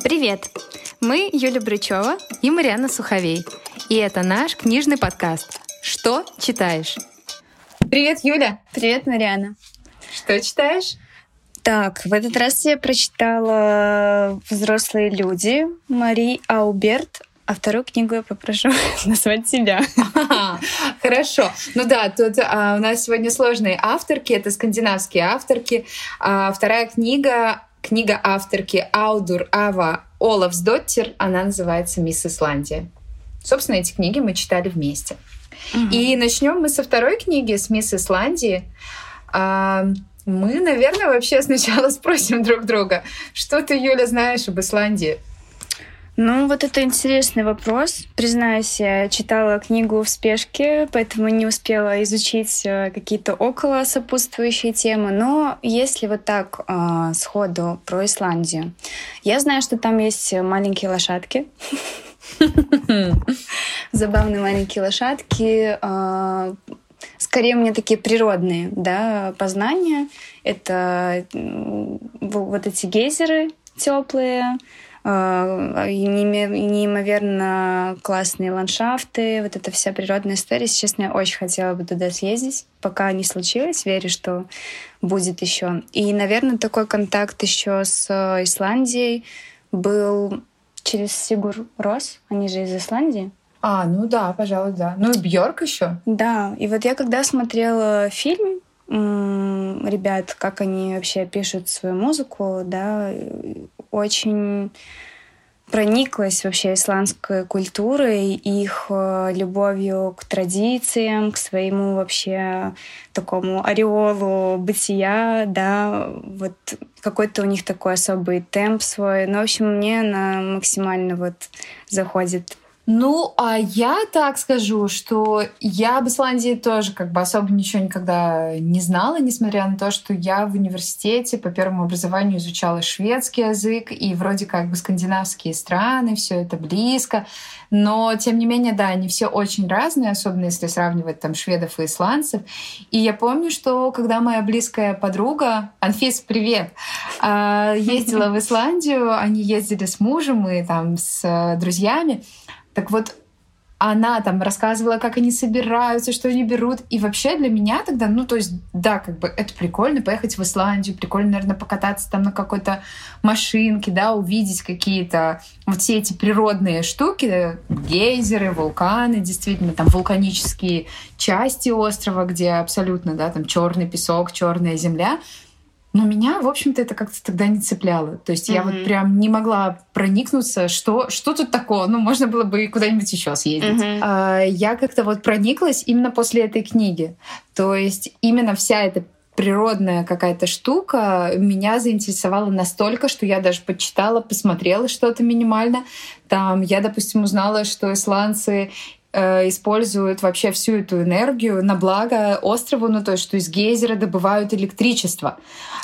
Привет! Мы Юля Брычева и Марианна Суховей. И это наш книжный подкаст «Что читаешь?». Привет, Юля! Привет, Марианна! Что читаешь? Так, в этот раз я прочитала «Взрослые люди» Мари Ауберт, а вторую книгу я попрошу назвать себя. Хорошо. Ну да, тут у нас сегодня сложные авторки, это скандинавские авторки. Вторая книга авторки Аудур Ава Олафсдоттир, она называется «Мисс Исландия». Собственно, эти книги мы читали вместе. И начнем мы со второй книги, с «Мисс Исландии». Мы, наверное, вообще сначала спросим друг друга, что ты, Юля, знаешь об Исландии? Ну, вот это интересный вопрос. Признаюсь, я читала книгу в спешке, поэтому не успела изучить какие-то около сопутствующие темы. Но если вот так сходу про Исландию, я знаю, что там есть маленькие лошадки. Забавные маленькие лошадки. Скорее, мне такие природные, да, познания. Это вот эти гейзеры теплые, неимоверно классные ландшафты, вот эта вся природная история. Честно, я очень хотела бы туда съездить, пока не случилось, верю, что будет еще. И, наверное, такой контакт еще с Исландией был через Сигур Рос, они же из Исландии. Ну да, пожалуй, да. Ну и Бьорк еще. Да, и вот я когда смотрела фильм, ребят, как они вообще пишут свою музыку, да, очень прониклась вообще исландской культурой, их любовью к традициям, к своему вообще такому ореолу бытия, да, вот какой-то у них такой особый темп свой. Ну, в общем, мне она максимально вот заходит. Ну, а я так скажу, что я об Исландии тоже как бы особо ничего никогда не знала, несмотря на то, что я в университете по первому образованию изучала шведский язык, и вроде как бы скандинавские страны, все это близко. Но, тем не менее, да, они все очень разные, особенно если сравнивать там шведов и исландцев. И я помню, что когда моя близкая подруга, Анфис, привет, ездила в Исландию, они ездили с мужем и там с друзьями. Так вот, она там рассказывала, как они собираются, что они берут. И вообще для меня тогда, ну, то есть, да, как бы это прикольно поехать в Исландию, прикольно, наверное, покататься там на какой-то машинке, да, увидеть какие-то вот все эти природные штуки, гейзеры, вулканы, действительно, там вулканические части острова, где абсолютно, да, там черный песок, черная земля. Но меня, в общем-то, это как-то тогда не цепляло. То есть я вот прям не могла проникнуться, что тут такого. Ну, можно было бы куда-нибудь еще съездить. Я как-то вот прониклась именно после этой книги. То есть именно вся эта природная какая-то штука меня заинтересовала настолько, что я даже почитала, посмотрела что-то минимально. Там я, допустим, узнала, что исландцы используют вообще всю эту энергию на благо острову, ну то есть что из гейзера добывают электричество,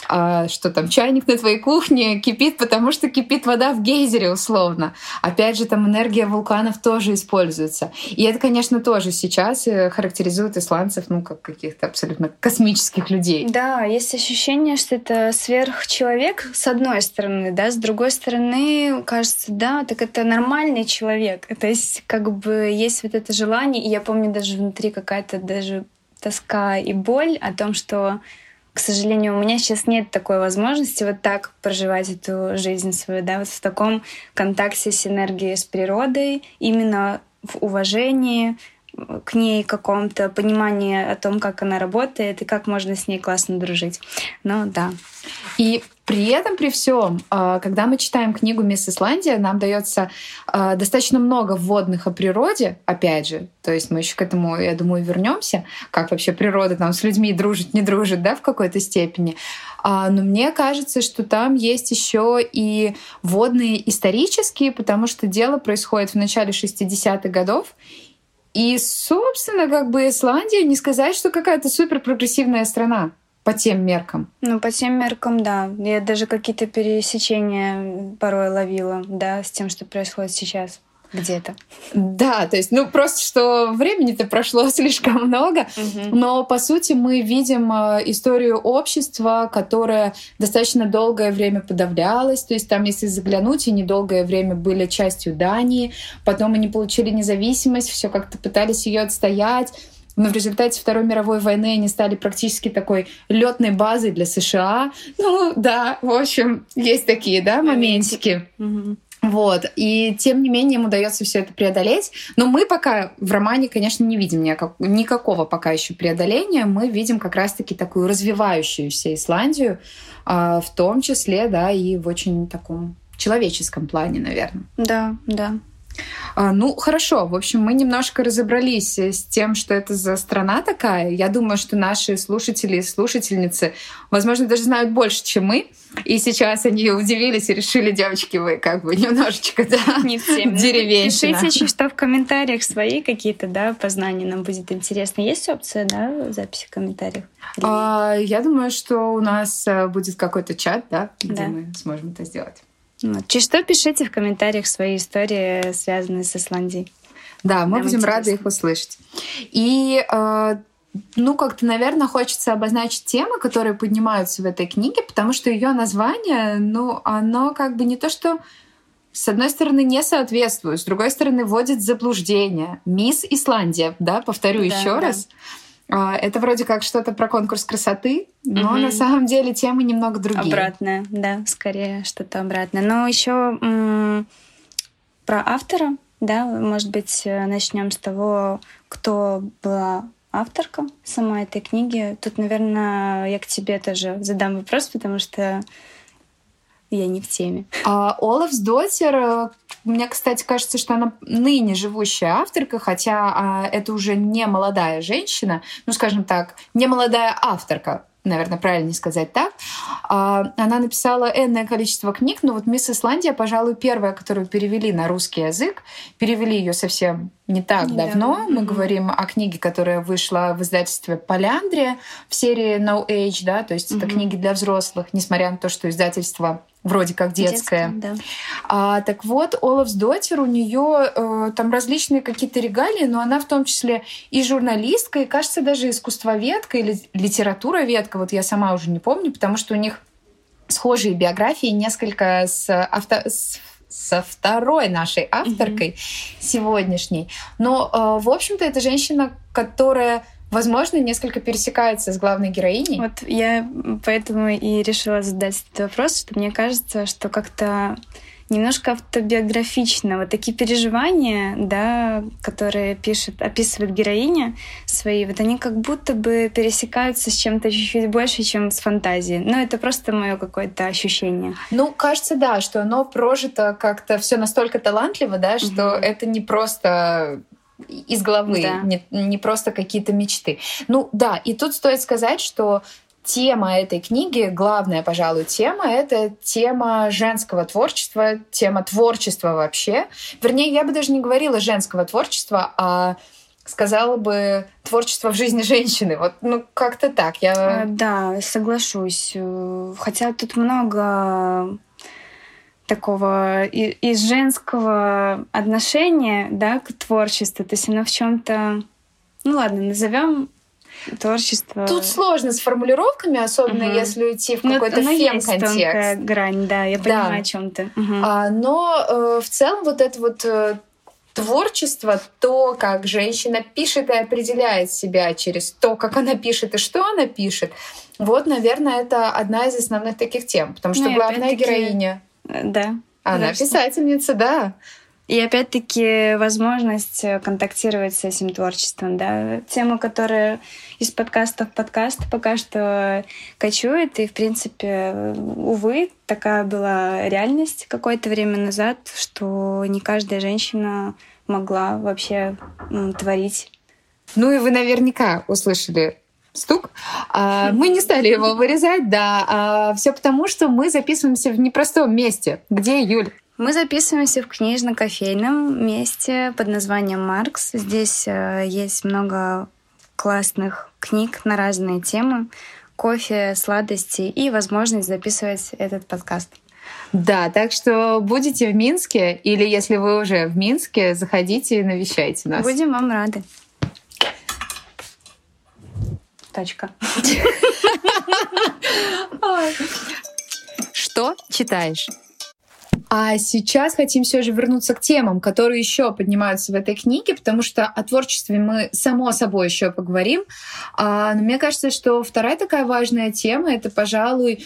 что там чайник на твоей кухне кипит, потому что кипит вода в гейзере условно. Опять же, там энергия вулканов тоже используется. И это, конечно, тоже сейчас характеризует исландцев, ну, как каких-то абсолютно космических людей. Да, есть ощущение, что это сверхчеловек, с одной стороны, да, с другой стороны, кажется, да, так это нормальный человек. То есть, как бы, есть вот это желание, и я помню даже внутри какая-то даже тоска и боль о том, что, к сожалению, у меня сейчас нет такой возможности вот так проживать эту жизнь свою, да, вот в таком контакте с энергией, с природой, именно в уважении к ней, каком-то понимании о том, как она работает и как можно с ней классно дружить. Ну да. И при этом, при всем, когда мы читаем книгу «Мисс Исландия», нам дается достаточно много вводных о природе, опять же. То есть мы еще к этому, я думаю, вернемся, как вообще природа там с людьми дружит, не дружит, да, в какой-то степени. Но мне кажется, что там есть еще и вводные исторические, потому что дело происходит в начале 60-х годов. И, собственно, как бы Исландия, не сказать, что какая-то супер прогрессивная страна по тем меркам. Ну, по тем меркам, да. Я даже какие-то пересечения порой ловила, да, с тем, что происходит сейчас. где-то. Да, то есть, просто что времени-то прошло слишком много, но, по сути, мы видим историю общества, которое достаточно долгое время подавлялось, то есть там, если заглянуть, и недолгое время были частью Дании, потом они получили независимость, все как-то пытались ее отстоять, но в результате Второй мировой войны они стали практически такой лётной базой для США. Да, в общем, есть такие, да, моментики. Вот. И тем не менее им удается все это преодолеть. Но мы пока в романе, конечно, не видим никакого пока еще преодоления. Мы видим как раз-таки такую развивающуюся Исландию, в том числе, да, и в очень таком человеческом плане, наверное. Да. Хорошо. В общем, мы немножко разобрались с тем, что это за страна такая. Я думаю, что наши слушатели и слушательницы, возможно, даже знают больше, чем мы. И сейчас они удивились и решили, девочки, вы как бы немножечко, да, не в теме. Деревенщина. Пишите что в комментариях свои какие-то, да, познания, нам будет интересно. Есть опция, да, записи в комментариях? Я думаю, что у нас будет какой-то чат, да, где мы сможем это сделать. Через что пишите в комментариях свои истории, связанные с Исландией. Да, мы будем рады их услышать. И как-то, наверное, хочется обозначить темы, которые поднимаются в этой книге, потому что ее название, оно как бы не то, что с одной стороны не соответствует, с другой стороны вводит в заблуждение. «Мисс Исландия», да, повторю еще раз. Это вроде как что-то про конкурс красоты, но на самом деле темы немного другие. Обратное, да, скорее что-то обратное. Но еще про автора, да, может быть, начнем с того, кто была авторка самой этой книги. Тут, наверное, я к тебе тоже задам вопрос, потому что я не в теме. Олафсдоттир, мне, кстати, кажется, что она ныне живущая авторка, хотя это уже не молодая женщина, скажем так, не молодая авторка, наверное, правильнее сказать так. Она написала энное количество книг, но вот «Мисс Исландия», пожалуй, первая, которую перевели на русский язык. Перевели ее совсем не так давно. Мы говорим о книге, которая вышла в издательстве «Поляндрия» в серии «No Age», да, то есть это книги для взрослых, несмотря на то, что издательство вроде как детская. Да. Так вот, Олафсдоттир, у нее там различные какие-то регалии, но она в том числе и журналистка, и, кажется, даже искусствоведка или литературоведка. Вот я сама уже не помню, потому что у них схожие биографии несколько со второй нашей авторкой сегодняшней. Но, в общем-то, это женщина, которая, возможно, несколько пересекается с главной героиней. Вот я поэтому и решила задать этот вопрос, что мне кажется, что как-то немножко автобиографично. Вот такие переживания, да, которые описывает героиня свои, вот они как будто бы пересекаются с чем-то чуть-чуть больше, чем с фантазией. Но это просто мое какое-то ощущение. Кажется, да, что оно прожито как-то все настолько талантливо, да, что это не просто из головы, не просто какие-то мечты. И тут стоит сказать, что тема этой книги, главная, пожалуй, тема, это тема женского творчества, тема творчества вообще. Вернее, я бы даже не говорила женского творчества, а сказала бы творчество в жизни женщины. Вот, как-то так. Да, соглашусь. Хотя тут много такого из женского отношения, да, к творчеству. То есть оно в чем-то, назовем творчество. Тут сложно с формулировками, особенно если уйти в какой-то фем-контекст. Есть тонкая грань, да, я понимаю, о чем ты. Но в целом вот это вот творчество, то, как женщина пишет и определяет себя через то, как она пишет и что она пишет, вот, наверное, это одна из основных таких тем, потому что главная героиня, она писательница, да. И опять-таки возможность контактировать с этим творчеством, да. Тема, которая из подкаста в подкаст пока что кочует, и, в принципе, увы, такая была реальность какое-то время назад, что не каждая женщина могла вообще творить. И вы наверняка услышали стук. Мы не стали его вырезать, да. Все потому, что мы записываемся в непростом месте. Где, Юль? Мы записываемся в книжно-кофейном месте под названием «Маркс». Здесь есть много классных книг на разные темы, кофе, сладости и возможность записывать этот подкаст. Да, так что будете в Минске, или если вы уже в Минске, заходите и навещайте нас. Будем вам рады. Точка. Что читаешь? А сейчас хотим все же вернуться к темам, которые еще поднимаются в этой книге, потому что о творчестве мы, само собой, еще поговорим. Но мне кажется, что вторая такая важная тема — это, пожалуй,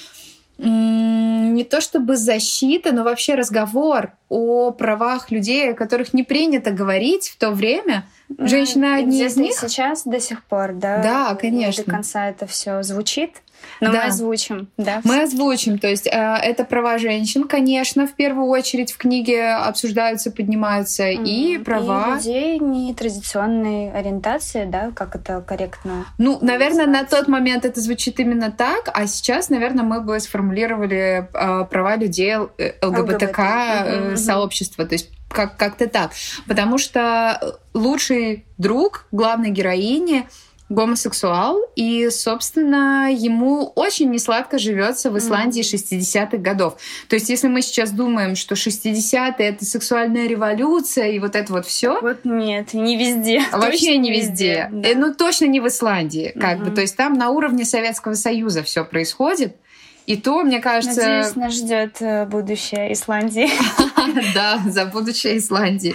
не то чтобы защита, но вообще разговор о правах людей, о которых не принято говорить в то время. Женщины одни из них. Сейчас до сих пор, да? Да, конечно. До конца это все звучит. Но Да. мы озвучим, да? Мы озвучим, то есть это права женщин, конечно, в первую очередь в книге обсуждаются, поднимаются, и права... И людей нетрадиционной ориентации, да, как это корректно? Ну, наверное, на тот момент это звучит именно так, а сейчас, наверное, мы бы сформулировали права людей ЛГБТК сообщества, то есть как-то так. Потому что лучший друг главной героини гомосексуал, и, собственно, ему очень несладко живется в Исландии 60-х годов. То есть, если мы сейчас думаем, что 60-е — это сексуальная революция и вот это вот все, вот нет, не везде. Вообще не везде. Да. Ну, точно не в Исландии, как бы. То есть там на уровне Советского Союза все происходит. И то, мне кажется... Надеюсь, нас ждет будущее Исландии. Да, за будущее Исландии.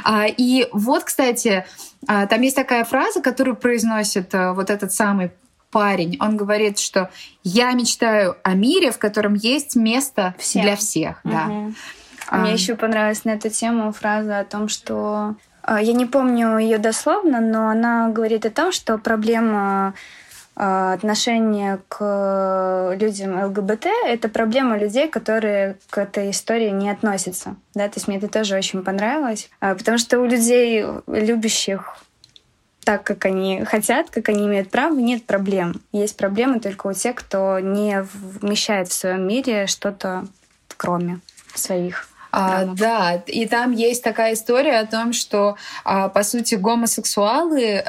И вот, кстати, там есть такая фраза, которую произносит вот этот самый парень. Он говорит, что «я мечтаю о мире, в котором есть место для всех». Да. Мне еще понравилась на эту тему фраза о том, что... Я не помню ее дословно, но она говорит о том, что проблема отношение к людям ЛГБТ — это проблема людей, которые к этой истории не относятся. Да? То есть мне это тоже очень понравилось. Потому что у людей, любящих так, как они хотят, как они имеют право, нет проблем. Есть проблемы только у тех, кто не вмещает в своем мире что-то кроме своих. Да, и там есть такая история о том, что, по сути, гомосексуалы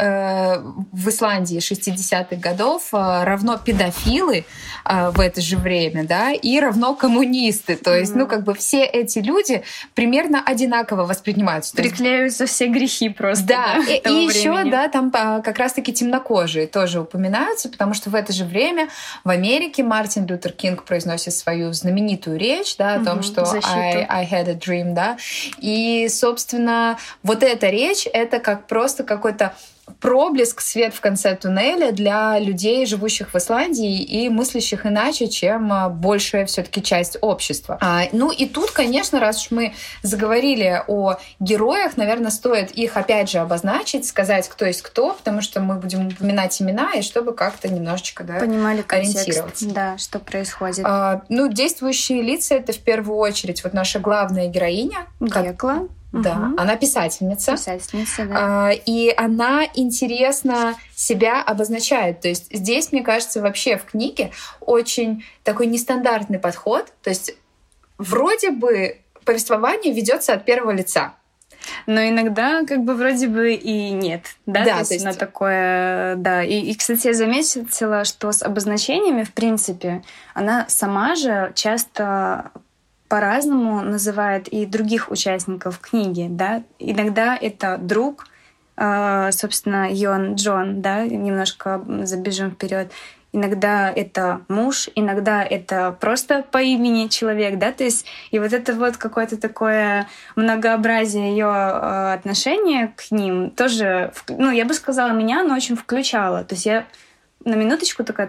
в Исландии 60-х годов равно педофилы в это же время, да, и равно коммунисты. То есть, ну, как бы все эти люди примерно одинаково воспринимаются. Приклеиваются все грехи просто. Да, и еще, да, там как раз-таки темнокожие тоже упоминаются, потому что в это же время в Америке Мартин Лютер Кинг произносит свою знаменитую речь, да, о том, что I had a dream, да. И, собственно, вот эта речь — это как просто какой-то проблеск, свет в конце туннеля для людей, живущих в Исландии и мыслящих иначе, чем большая все-таки часть общества. Ну и тут, конечно, раз уж мы заговорили о героях, наверное, стоит их опять же обозначить, сказать, кто есть кто, потому что мы будем упоминать имена, и чтобы как-то немножечко, да, понимали контекст, ориентироваться. Да, что происходит. Ну, действующие лица — это в первую очередь вот наша главная героиня. Гекла. Да, она писательница. Писательница, да. И она интересно себя обозначает. То есть здесь, мне кажется, вообще в книге очень такой нестандартный подход. То есть вроде бы повествование ведется от первого лица. Но иногда как бы вроде бы и нет. Да, да, то есть на такое... Да. И, кстати, я заметила, что с обозначениями, в принципе, она сама же часто по-разному называет и других участников книги, да. Иногда это друг, собственно, Йон Джон, да, немножко забежим вперед. Иногда это муж, иногда это просто по имени человек, да, то есть и вот это вот какое-то такое многообразие ее отношения к ним тоже, ну, я бы сказала, меня оно очень включало. То есть я на минуточку такая,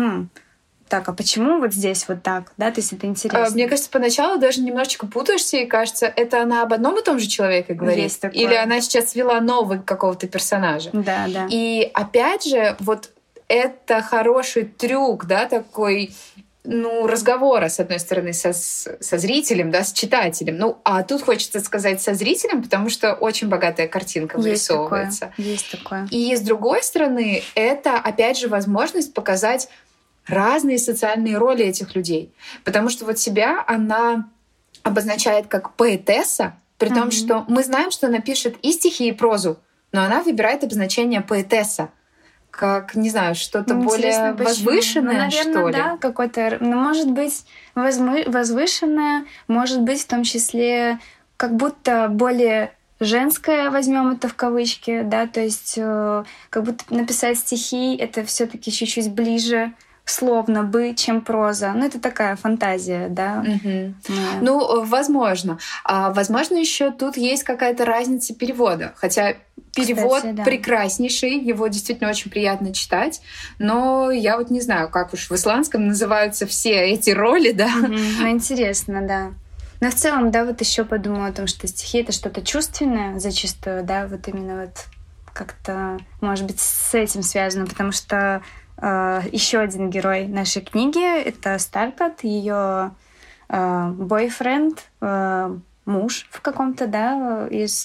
так, а почему вот здесь вот так? Да, то есть это интересно. Мне кажется, поначалу даже немножечко путаешься, и кажется, это она об одном и том же человеке говорит? Есть такое. Или она сейчас свела нового какого-то персонажа? Да, да. И опять же, вот это хороший трюк, да, такой, ну, разговора, с одной стороны, со зрителем, да, с читателем. Ну, а тут хочется сказать со зрителем, потому что очень богатая картинка вырисовывается. Есть такое. И с другой стороны, это, опять же, возможность показать разные социальные роли этих людей. Потому что вот себя она обозначает как поэтесса, при том, что мы знаем, что она пишет и стихи, и прозу, но она выбирает обозначение поэтесса. как, не знаю, что-то Ну, более интересно, почему? возвышенное, наверное, что ли? да, какое-то, может быть, возвышенное, может быть, в том числе как будто более женское, возьмем это в кавычки, да, то есть как будто написать стихи это все-таки чуть-чуть ближе словно бы, чем проза. Ну, это такая фантазия, да. Ну, возможно. Возможно, еще тут есть какая-то разница перевода. Хотя перевод Кстати, да. прекраснейший, его действительно очень приятно читать. Но я вот не знаю, как уж в исландском называются все эти роли, да. Ну, интересно, да. Но в целом, да, вот еще подумала о том, что стихи — это что-то чувственное зачастую, да, вот именно вот как-то, может быть, с этим связано, потому что еще один герой нашей книги — это Старкат, ее бойфренд, муж в каком-то, да, из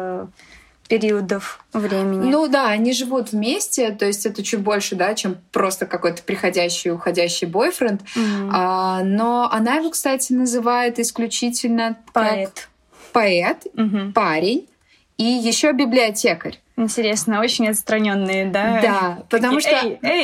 периодов времени. Ну да, они живут вместе, то есть это чуть больше, да, чем просто какой-то приходящий и уходящий бойфренд. Но она его, кстати, называет исключительно Поэт. Поэт, парень и еще библиотекарь. Интересно, очень отстраненные, да? Да, потому что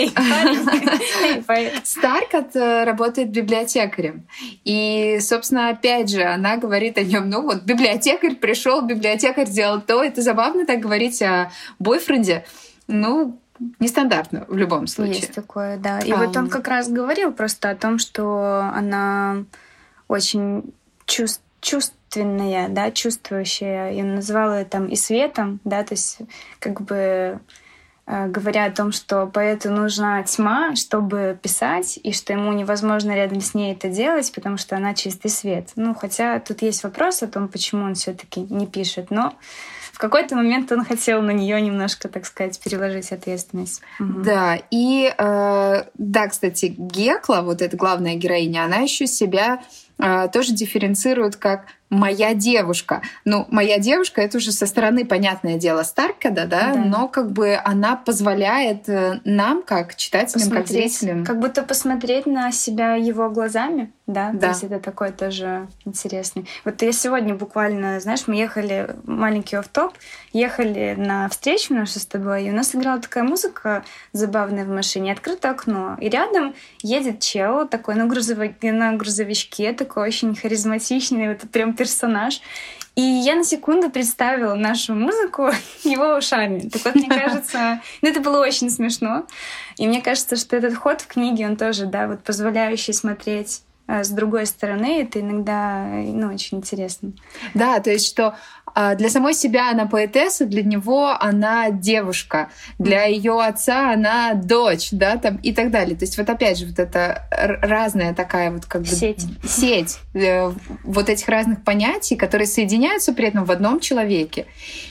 поэт. Старкат работает библиотекарем. И, собственно, опять же, она говорит о нем, ну вот, библиотекарь пришел, библиотекарь сделал то. Это забавно так говорить о бойфренде. Ну, нестандартно в любом случае. Есть такое, да. И вот он как раз говорил просто о том, что она очень чувственная, да, чувствующая. И он назвал ее там и светом, да, то есть как бы говоря о том, что поэту нужна тьма, чтобы писать, и что ему невозможно рядом с ней это делать, потому что она чистый свет. Ну, хотя тут есть вопрос о том, почему он все-таки не пишет, но в какой-то момент он хотел на нее немножко, так сказать, переложить ответственность. Да, и да, кстати, Гекла, вот эта главная героиня, она еще себя тоже дифференцирует как «моя девушка». Ну, «моя девушка» — это уже со стороны, понятное дело, Старкада, да, но как бы она позволяет нам, как читателям, как зрителям... Как будто посмотреть на себя его глазами, да? То есть это такой тоже интересный. Вот я сегодня буквально, знаешь, мы ехали, маленький офф-топ, ехали на встречу нашу с тобой, и у нас играла такая музыка забавная в машине, открыто окно, и рядом едет чел такой на грузовичке, такой очень харизматичный, вот прям персонаж. И я на секунду представила нашу музыку его ушами. Так вот, мне кажется, это было очень смешно. И мне кажется, что этот ход в книге, он тоже, да, вот позволяющий смотреть с другой стороны, это иногда, ну, очень интересно. Да, то есть, что для самой себя она поэтесса, для него она девушка, для ее отца она дочь, да, там и так далее. То есть вот опять же вот это разная такая вот как бы сеть вот этих разных понятий, которые соединяются при этом в одном человеке.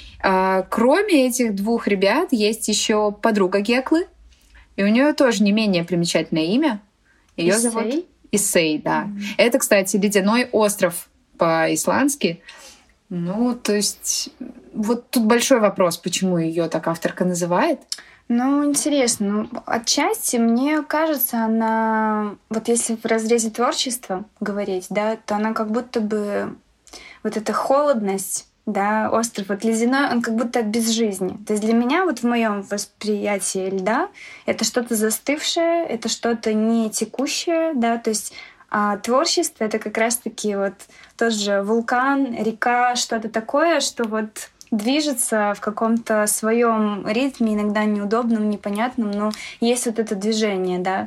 Кроме этих двух ребят есть еще подруга Геклы, и у нее тоже не менее примечательное имя. Ее зовут Исей, да. Это, кстати, ледяной остров по-исландски. Ну, то есть, вот тут большой вопрос, почему ее так авторка называет. Ну, интересно. Ну, отчасти, мне кажется, она... Вот если в разрезе творчества говорить, да, то она как будто бы... Вот эта холодность, да, остров вот ледяной, он как будто без жизни. То есть для меня вот в моем восприятии льда это что-то застывшее, это что-то не текущее, да, то есть творчество — это как раз-таки вот тот же вулкан, река, что-то такое, что вот движется в каком-то своем ритме, иногда неудобном, непонятном, но есть вот это движение, да.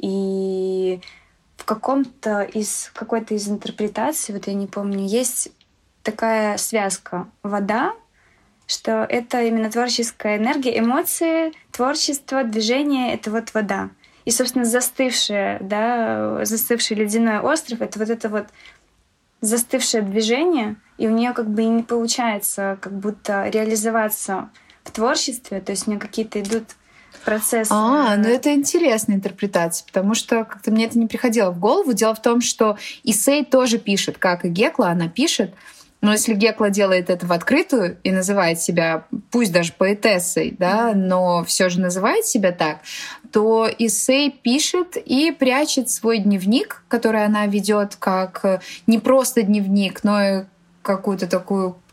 И в какой-то из интерпретаций, вот я не помню, есть такая связка вода, что это именно творческая энергия, эмоции, творчество, движение — это вот вода. И, собственно, застывший ледяной остров — это вот застывшее движение, и у нее как бы и не получается как будто реализоваться в творчестве, то есть у нее какие-то идут процессы. Ну это интересная интерпретация, потому что как-то мне это не приходило в голову. Дело в том, что Исей тоже пишет, как и Гекла, она пишет. Но если Гекла делает это в открытую и называет себя, пусть даже поэтессой, да, но все же называет себя так, то Исей пишет и прячет свой дневник, который она ведет как не просто дневник, но и какую-то такую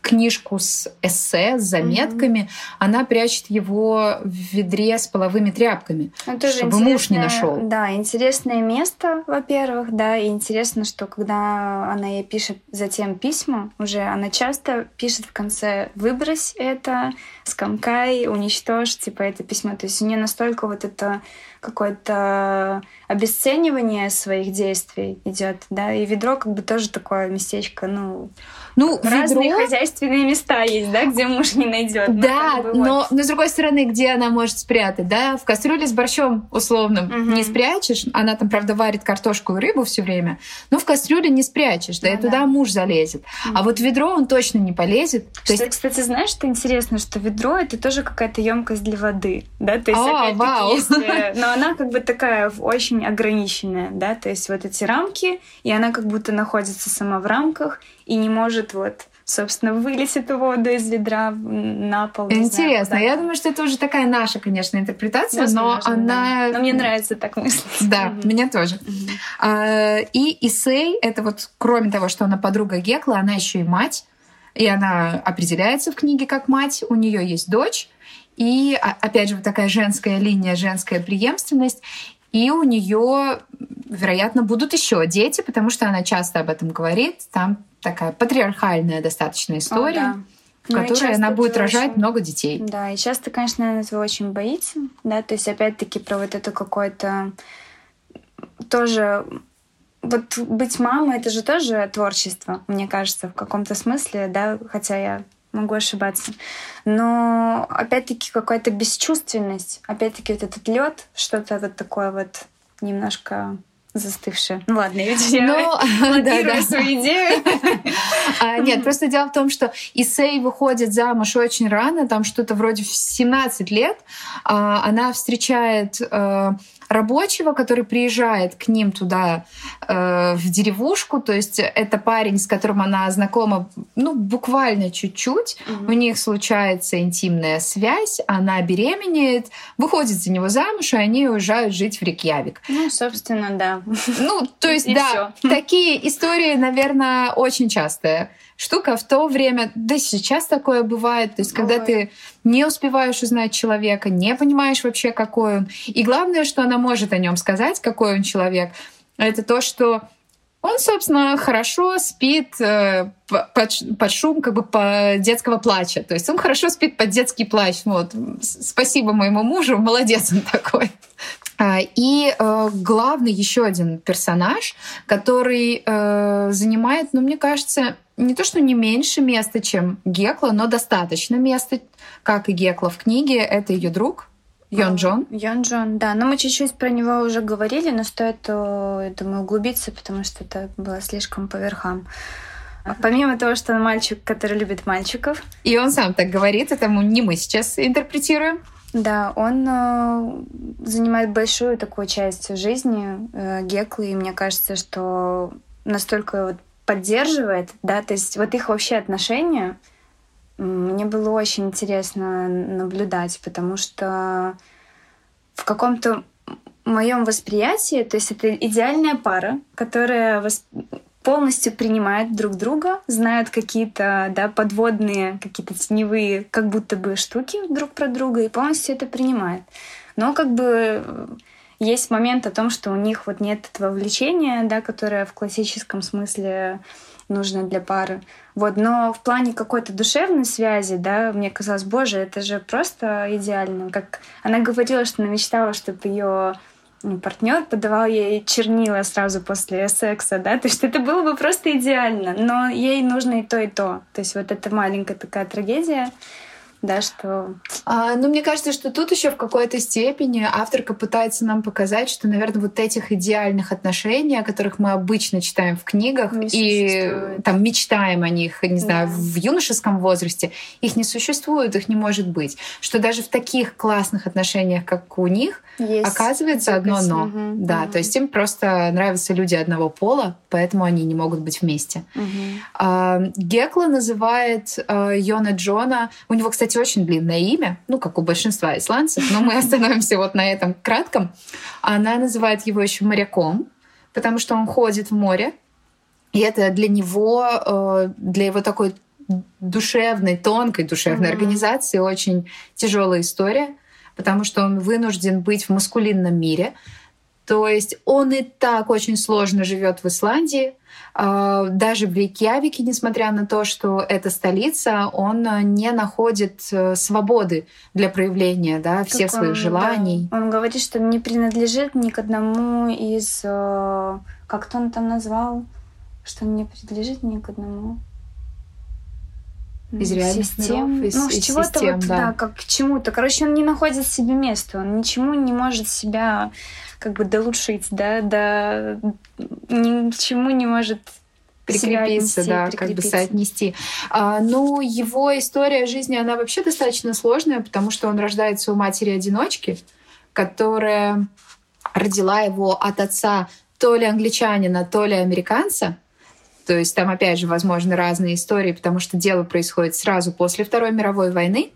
книжку с эссе, с заметками, она прячет его в ведре с половыми тряпками, чтобы муж не нашел. Да, интересное место, во-первых, да, и интересно, что когда она ей пишет затем письма, уже она часто пишет в конце: выбрось это, скомкай, уничтожь, типа, это письмо. То есть у нее настолько вот это какое-то обесценивание своих действий идет, да, и ведро как бы тоже такое местечко, разные ведро... хозяйственные места есть, да, где муж не найдет. Да, но с другой стороны, где она может спрятать, да, в кастрюле с борщом условным не спрячешь, она там, правда, варит картошку и рыбу все время, но в кастрюле не спрячешь, да, и туда муж залезет. А вот ведро он точно не полезет. Кстати, знаешь, что интересно, что ведро — это тоже какая-то емкость для воды, да, то есть опять-таки, если... Но она как бы такая очень ограниченная, да, то есть вот эти рамки, и она как будто находится сама в рамках и не может собственно, вылить эту воду из ведра на пол. Интересно. Я думаю, что это уже такая наша, конечно, интерпретация, возможно, но она... Но мне нравится так мыслить. Да, мне тоже. И Исей — это вот, кроме того, что она подруга Геклы, она еще и мать, и она определяется в книге как мать, у нее есть дочь, и, опять же, вот такая женская линия, женская преемственность, и у нее, вероятно, будут еще дети, потому что она часто об этом говорит. Там такая патриархальная достаточно история, в которой она будет рожать много детей. Да, и часто, конечно, она этого очень боится. Да, то есть, опять-таки, про вот это какое-то тоже... Вот быть мамой — это же тоже творчество, мне кажется, в каком-то смысле, да, хотя я могу ошибаться. Но опять-таки какая-то бесчувственность, опять-таки вот этот лед, что-то вот такое вот немножко застывшее. Ну ладно, я лоббирую свою идею. Нет, просто дело в том, что Исей выходит замуж очень рано, там что-то вроде в 17 лет. Она встречает рабочего, который приезжает к ним туда в деревушку, то есть это парень, с которым она знакома, буквально чуть-чуть, у них случается интимная связь, она беременеет, выходит за него замуж, и они уезжают жить в Рейкьявик. Собственно, да. То есть, да, такие истории, наверное, очень частая штука в то время, да сейчас такое бывает, то есть когда ты не успеваешь узнать человека, не понимаешь вообще, какой он. И главное, что она может о нем сказать, какой он человек, это то, что он, собственно, хорошо спит под шум по детского плача. То есть он хорошо спит под детский плач. Спасибо моему мужу, молодец он такой. И главный еще один персонаж, который занимает, мне кажется, не то что не меньше места, чем Гекла, но достаточно места, как и Гекла в книге. Это ее друг Йон-Джон. Йон-Джон, да. Но мы чуть-чуть про него уже говорили, но стоит, я думаю, углубиться, потому что это было слишком по верхам. Помимо того, что он мальчик, который любит мальчиков. И он сам так говорит, это не мы сейчас интерпретируем. Да, он занимает большую такую часть жизни Геклы, и мне кажется, что настолько поддерживает, да, то есть их вообще отношения мне было очень интересно наблюдать, потому что в каком-то моем восприятии, то есть это идеальная пара, которая полностью принимает друг друга, знают какие-то подводные, какие-то теневые как будто бы штуки друг про друга и полностью это принимает. Но есть момент о том, что у них нет этого влечения, да, которое в классическом смысле нужно для пары. Но в плане какой-то душевной связи, да, мне казалось, боже, это же просто идеально. Как она говорила, что она мечтала, чтобы ее партнер подавал ей чернила сразу после секса, да, то есть это было бы просто идеально, но ей нужно и то, и то. То есть это маленькая такая трагедия, да, что... Мне кажется, что тут еще в какой-то степени авторка пытается нам показать, что, наверное, этих идеальных отношений, о которых мы обычно читаем в книгах и там мечтаем о них, не знаю, в юношеском возрасте, их не существует, их не может быть. Что даже в таких классных отношениях, как у них, есть оказывается одно «но». Да, то есть им просто нравятся люди одного пола, поэтому они не могут быть вместе. Гекла называет Йона-Джона... У него, кстати, очень длинное имя, как у большинства исландцев, но мы остановимся на этом кратком. Она называет его еще моряком, потому что он ходит в море, и это для него, для его такой душевной, тонкой душевной организации очень тяжелая история, потому что он вынужден быть в маскулинном мире. То есть он и так очень сложно живет в Исландии. Даже в Рейкьявике, несмотря на то, что это столица, он не находит свободы для проявления, да, всех своих желаний. Да. Он говорит, что не принадлежит ни к одному из... Как-то он там назвал, что он не принадлежит ни к одному... Из реальных систем, миров, из чего-то систем, вот, да, как к чему-то. Короче, он не находит себе места, он ничему не может себя как бы долучшить, да, ни к чему не может прикрепиться, да, как бы соотнести. Ну, его история жизни, она вообще достаточно сложная, потому что он рождается у матери-одиночки, которая родила его от отца то ли англичанина, то ли американца. То есть там, опять же, возможны разные истории, потому что дело происходит сразу после Второй мировой войны.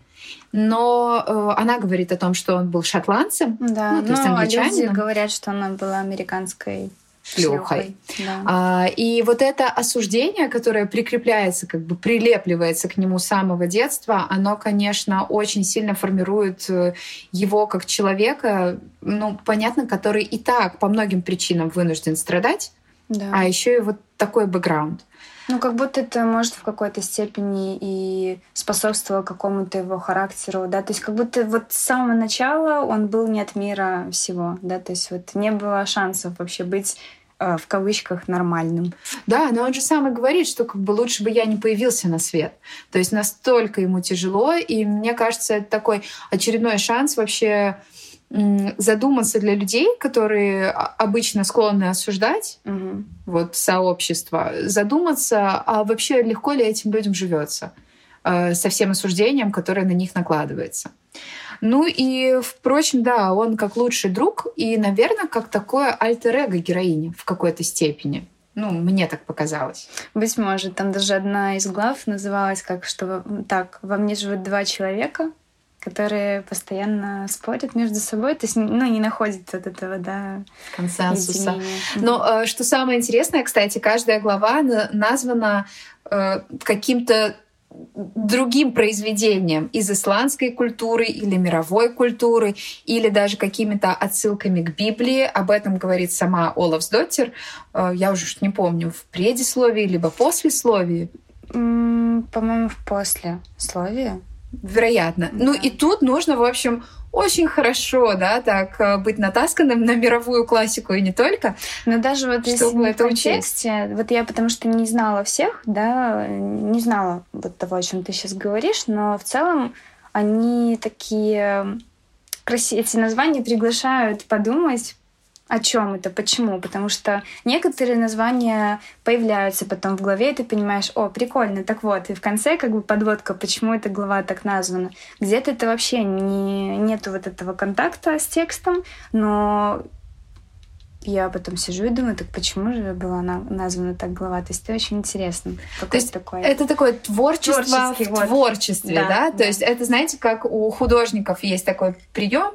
Но она говорит о том, что он был шотландцем, да, то есть англичанином. Люди говорят, что она была американской шлюхой. Да. И вот это осуждение, которое прикрепляется, как бы прилепливается к нему с самого детства, оно, конечно, очень сильно формирует его как человека, ну, понятно, который и так по многим причинам вынужден страдать, а еще и вот такой бэкграунд. Ну, как будто это, может, в какой-то степени и способствовало какому-то его характеру, да, то есть как будто вот с самого начала он был не от мира всего, да, то есть вот не было шансов вообще быть в кавычках нормальным. Да, но он же сам и говорит, что как бы лучше бы я не появился на свет. То есть настолько ему тяжело, и мне кажется, это такой очередной шанс вообще задуматься для людей, которые обычно склонны осуждать вот сообщество, задуматься, а вообще легко ли этим людям живется со всем осуждением, которое на них накладывается. Ну и, впрочем, да, он как лучший друг и, наверное, как такое альтер-эго героини в какой-то степени. Ну, мне так показалось. Быть может, там даже одна из глав называлась как, что так, во мне живут два человека, которые постоянно спорят между собой, то есть, ну, не находят от этого, да, консенсуса. Но что самое интересное, кстати, каждая глава названа каким-то другим произведением из исландской культуры или мировой культуры, или даже какими-то отсылками к Библии. Об этом говорит сама Олафсдоттир. Я уже не помню, в предисловии либо послесловии. По-моему, в послесловии. Вероятно. Да. Ну и тут нужно, в общем, очень хорошо, да, так быть натасканным на мировую классику и не только. Но даже вот если в контексте, вот я потому что не знала всех, да, не знала вот того, о чем ты сейчас говоришь, но в целом они такие красивые, эти названия приглашают подумать, о чем это, почему? Потому что некоторые названия появляются потом в главе, и ты понимаешь, о, прикольно, так вот. И в конце как бы подводка, почему эта глава так названа. Где-то это вообще нету вот этого контакта с текстом, но я потом сижу и думаю, так почему же была названа так глава? То есть это очень интересно. То есть такое. Это такое творчество в творчестве, да? То есть это, знаете, как у художников есть такой прием,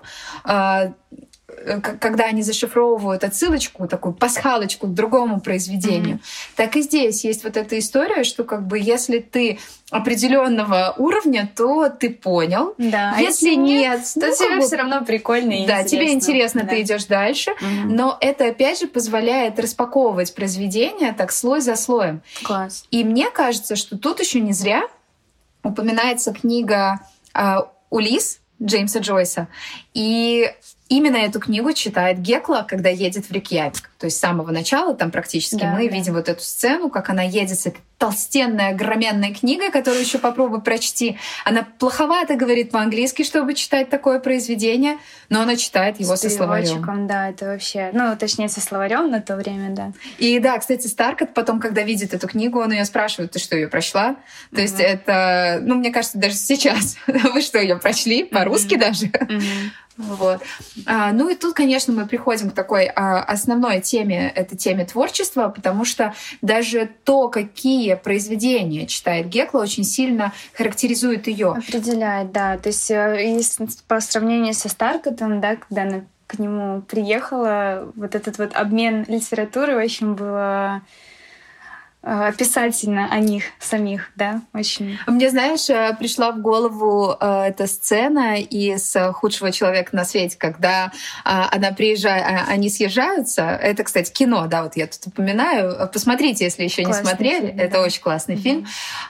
когда они зашифровывают отсылочку, такую пасхалочку к другому произведению, так и здесь есть вот эта история, что как бы если ты определенного уровня, то ты понял. Да. Если нет, то тебе все равно прикольно и да, интересно. Тебе интересно, да. Ты идешь дальше. Но это опять же позволяет распаковывать произведение так слой за слоем. Класс. И мне кажется, что тут еще не зря упоминается книга «Улисс» Джеймса Джойса. И именно эту книгу читает Гекла, когда едет в Рейкьявик. То есть с самого начала там практически мы видим вот эту сцену, как она едет с этой толстенной, огроменной книгой, которую еще попробуй прочти. Она плоховато говорит по-английски, чтобы читать такое произведение, но она читает его со словарем. Да, это вообще... Ну, точнее, со словарем на то время, да. И да, кстати, Старкот потом, когда видит эту книгу, он ее спрашивает, ты что, ее прочла? То есть это... Ну, мне кажется, даже сейчас. Вы что, ее прочли? По-русски даже? Вот. Ну и тут, конечно, мы приходим к такой основной теме, это теме творчества, потому что даже то, какие произведения читает Гекла, очень сильно характеризует ее. Определяет, да. То есть по сравнению со Старкотом, да, когда она к нему приехала, вот этот вот обмен литературой очень было описательно о них самих, да, очень. Мне, знаешь, пришла в голову эта сцена из «Худшего человека на свете», когда она приезжает, они съезжаются. Это, кстати, кино, да, вот я тут упоминаю. Посмотрите, если еще не смотрели. Фильм, это да. очень классный фильм.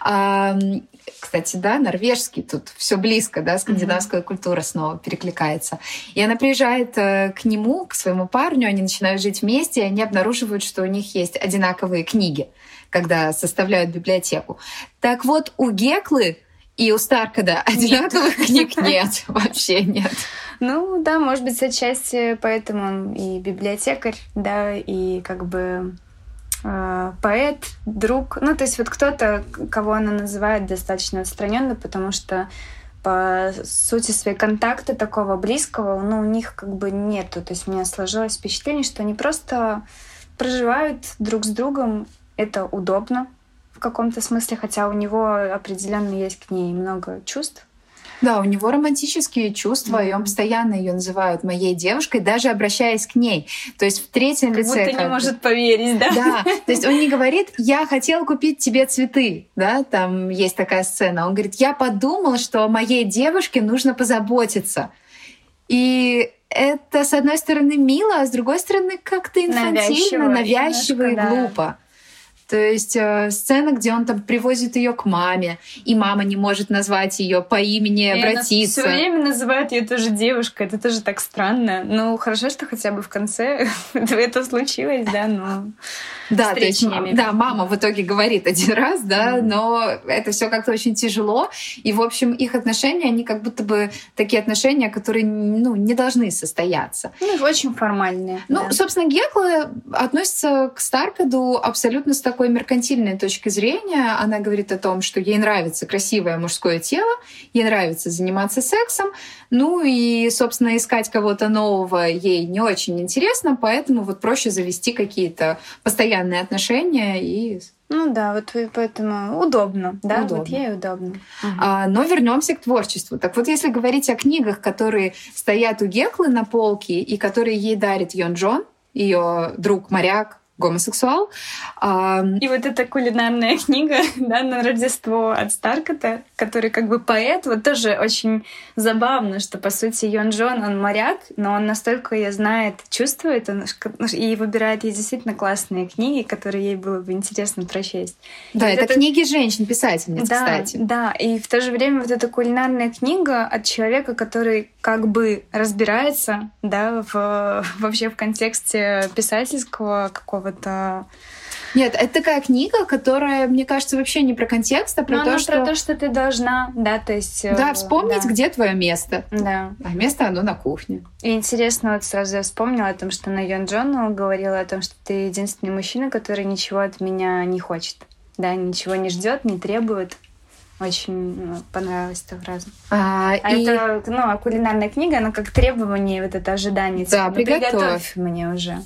Кстати, да, норвежский, тут все близко, да, скандинавская культура снова перекликается. И она приезжает к нему, к своему парню, они начинают жить вместе, и они обнаруживают, что у них есть одинаковые книги, когда составляют библиотеку. Так вот, у Геклы и у Старкада одинаковых книг нет, вообще нет. Ну да, может быть, отчасти поэтому он и библиотекарь, да, и как бы поэт, друг. Ну, то есть вот кто-то, кого она называет достаточно отстраненно, потому что по сути своей контакта такого близкого, ну, у них как бы нету. То есть у меня сложилось впечатление, что они просто проживают друг с другом. Это удобно в каком-то смысле, хотя у него определенно есть к ней много чувств. Да, у него романтические чувства, и он постоянно ее называет моей девушкой, даже обращаясь к ней. То есть в третьем лице. Будто не может поверить, да? Да, то есть он не говорит: «Я хотел купить тебе цветы», да, там есть такая сцена. Он говорит: «Я подумал, что о моей девушке нужно позаботиться». И это, с одной стороны, мило, а с другой стороны, как-то инфантильно, навязчиво и глупо. То есть сцена, где он там привозит ее к маме, и мама не может назвать ее по имени, обратиться. Все время называют ее тоже девушкой. Это тоже так странно. Ну, хорошо, что хотя бы в конце это случилось, да, но да, то есть, да, мама в итоге говорит один раз, да, но это все как-то очень тяжело. И, в общем, их отношения, они как будто бы такие отношения, которые, ну, не должны состояться. Ну, очень формальные. Ну, да. Собственно, Гекла относится к Старкаду абсолютно с такой меркантильной точки зрения. Она говорит о том, что ей нравится красивое мужское тело, ей нравится заниматься сексом, ну и, собственно, искать кого-то нового ей не очень интересно, поэтому вот проще завести какие-то постоянные отношения и... Ну да, вот поэтому удобно, да, удобно. Вот ей удобно. Но вернемся к творчеству. Так вот, если говорить о книгах, которые стоят у Геклы на полке и которые ей дарит Йон Джон, ее друг-моряк, гомосексуал. И вот эта кулинарная книга, да, на Рождество от Старкада, который как бы поэт, вот тоже очень забавно, что, по сути, Йон Джон, он моряк, но он настолько ее знает, чувствует, он, и выбирает ей действительно классные книги, которые ей было бы интересно прочесть. Да, это книги женщин-писательниц, да, кстати. Да, и в то же время вот эта кулинарная книга от человека, который как бы разбирается, да, вообще в контексте писательского какого-то. Нет, это такая книга, которая, мне кажется, вообще не про контекст, а про то, что... про то, что ты должна, да, то есть... Да, вспомнить, да. Где твое место. Да. А место оно на кухне. И интересно, вот сразу я вспомнила о том, что на Йон Джону говорила о том, что ты единственный мужчина, который ничего от меня не хочет. Да, ничего не ждет, не требует. Очень понравилась эта фраза. Это, кулинарная книга, она как требование, вот это ожидание. Да, приготовь мне уже.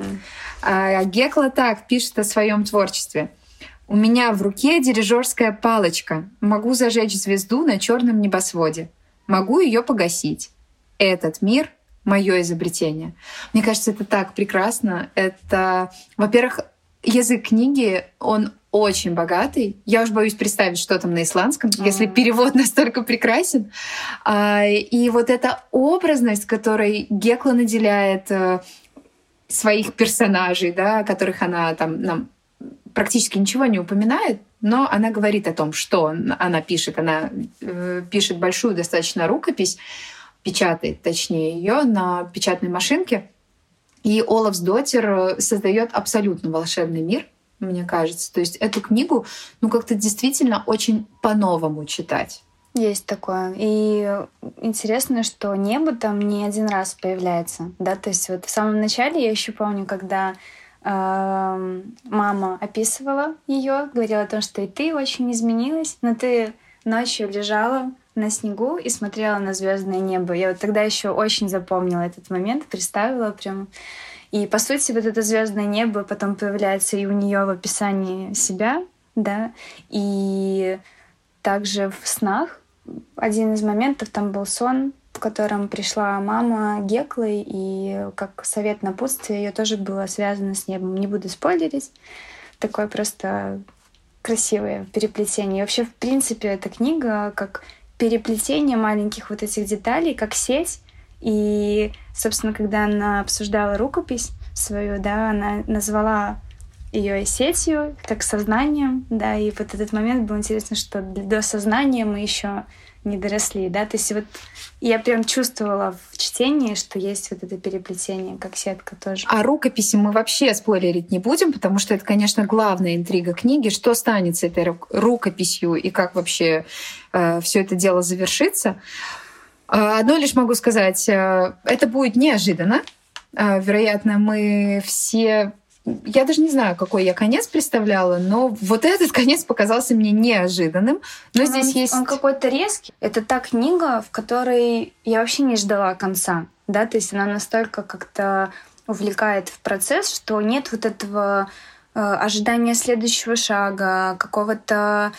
Гекла так пишет о своем творчестве. «У меня в руке дирижерская палочка. Могу зажечь звезду на черном небосводе. Могу ее погасить. Этот мир — мое изобретение». Мне кажется, это так прекрасно. Это, во-первых, язык книги, он очень богатый. Я уж боюсь представить, что там на исландском, если перевод настолько прекрасен. И вот эта образность, которой Гекла наделяет своих персонажей, да, о которых она там нам практически ничего не упоминает, но она говорит о том, что она пишет. Она пишет большую достаточно рукопись, печатает, точнее, ее на печатной машинке. И Олафсдоттир создает абсолютно волшебный мир, мне кажется. То есть эту книгу, как-то действительно очень по-новому читать. Есть такое. И интересно, что небо там не один раз появляется. Да? То есть вот в самом начале, я еще помню, когда мама описывала ее, говорила о том, что и ты очень изменилась, но ты ночью лежала на снегу и смотрела на звездное небо. Я вот тогда еще очень запомнила этот момент, представила прям. И по сути вот это звездное небо потом появляется и у нее в описании себя, да, и также в снах. Один из моментов там был сон, в котором пришла мама Геклы, и как совет напутствия ее тоже было связано с небом. Не буду спойлерить, такое просто красивое переплетение. И вообще, в принципе, эта книга как переплетение маленьких вот этих деталей, как сеть. И, собственно, когда она обсуждала рукопись свою, да, она назвала ее сетью, как сознанием, да, и вот этот момент был интересно, что до сознания мы еще не доросли, да, то есть вот я прям чувствовала в чтении, что есть вот это переплетение, как сетка тоже. А рукописи мы вообще спойлерить не будем, потому что это, конечно, главная интрига книги, что станет с этой рукописью и как вообще все это дело завершится. Одно лишь могу сказать, это будет неожиданно. Вероятно, мы все... Я даже не знаю, какой я конец представляла, но вот этот конец показался мне неожиданным. Но здесь есть... Он какой-то резкий. Это та книга, в которой я вообще не ждала конца. Да? То есть она настолько как-то увлекает в процесс, что нет вот этого ожидания следующего шага, какого-то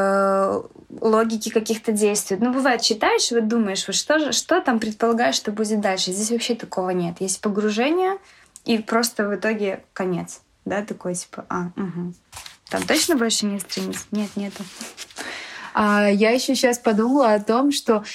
логики каких-то действий. Ну, бывает, читаешь, и вот думаешь, вот что там предполагаешь, что будет дальше. Здесь вообще такого нет. Есть погружение, и просто в итоге конец. Да, такой типа, угу. Там точно больше нет страниц? Нет, нету. Я еще сейчас подумала о том, что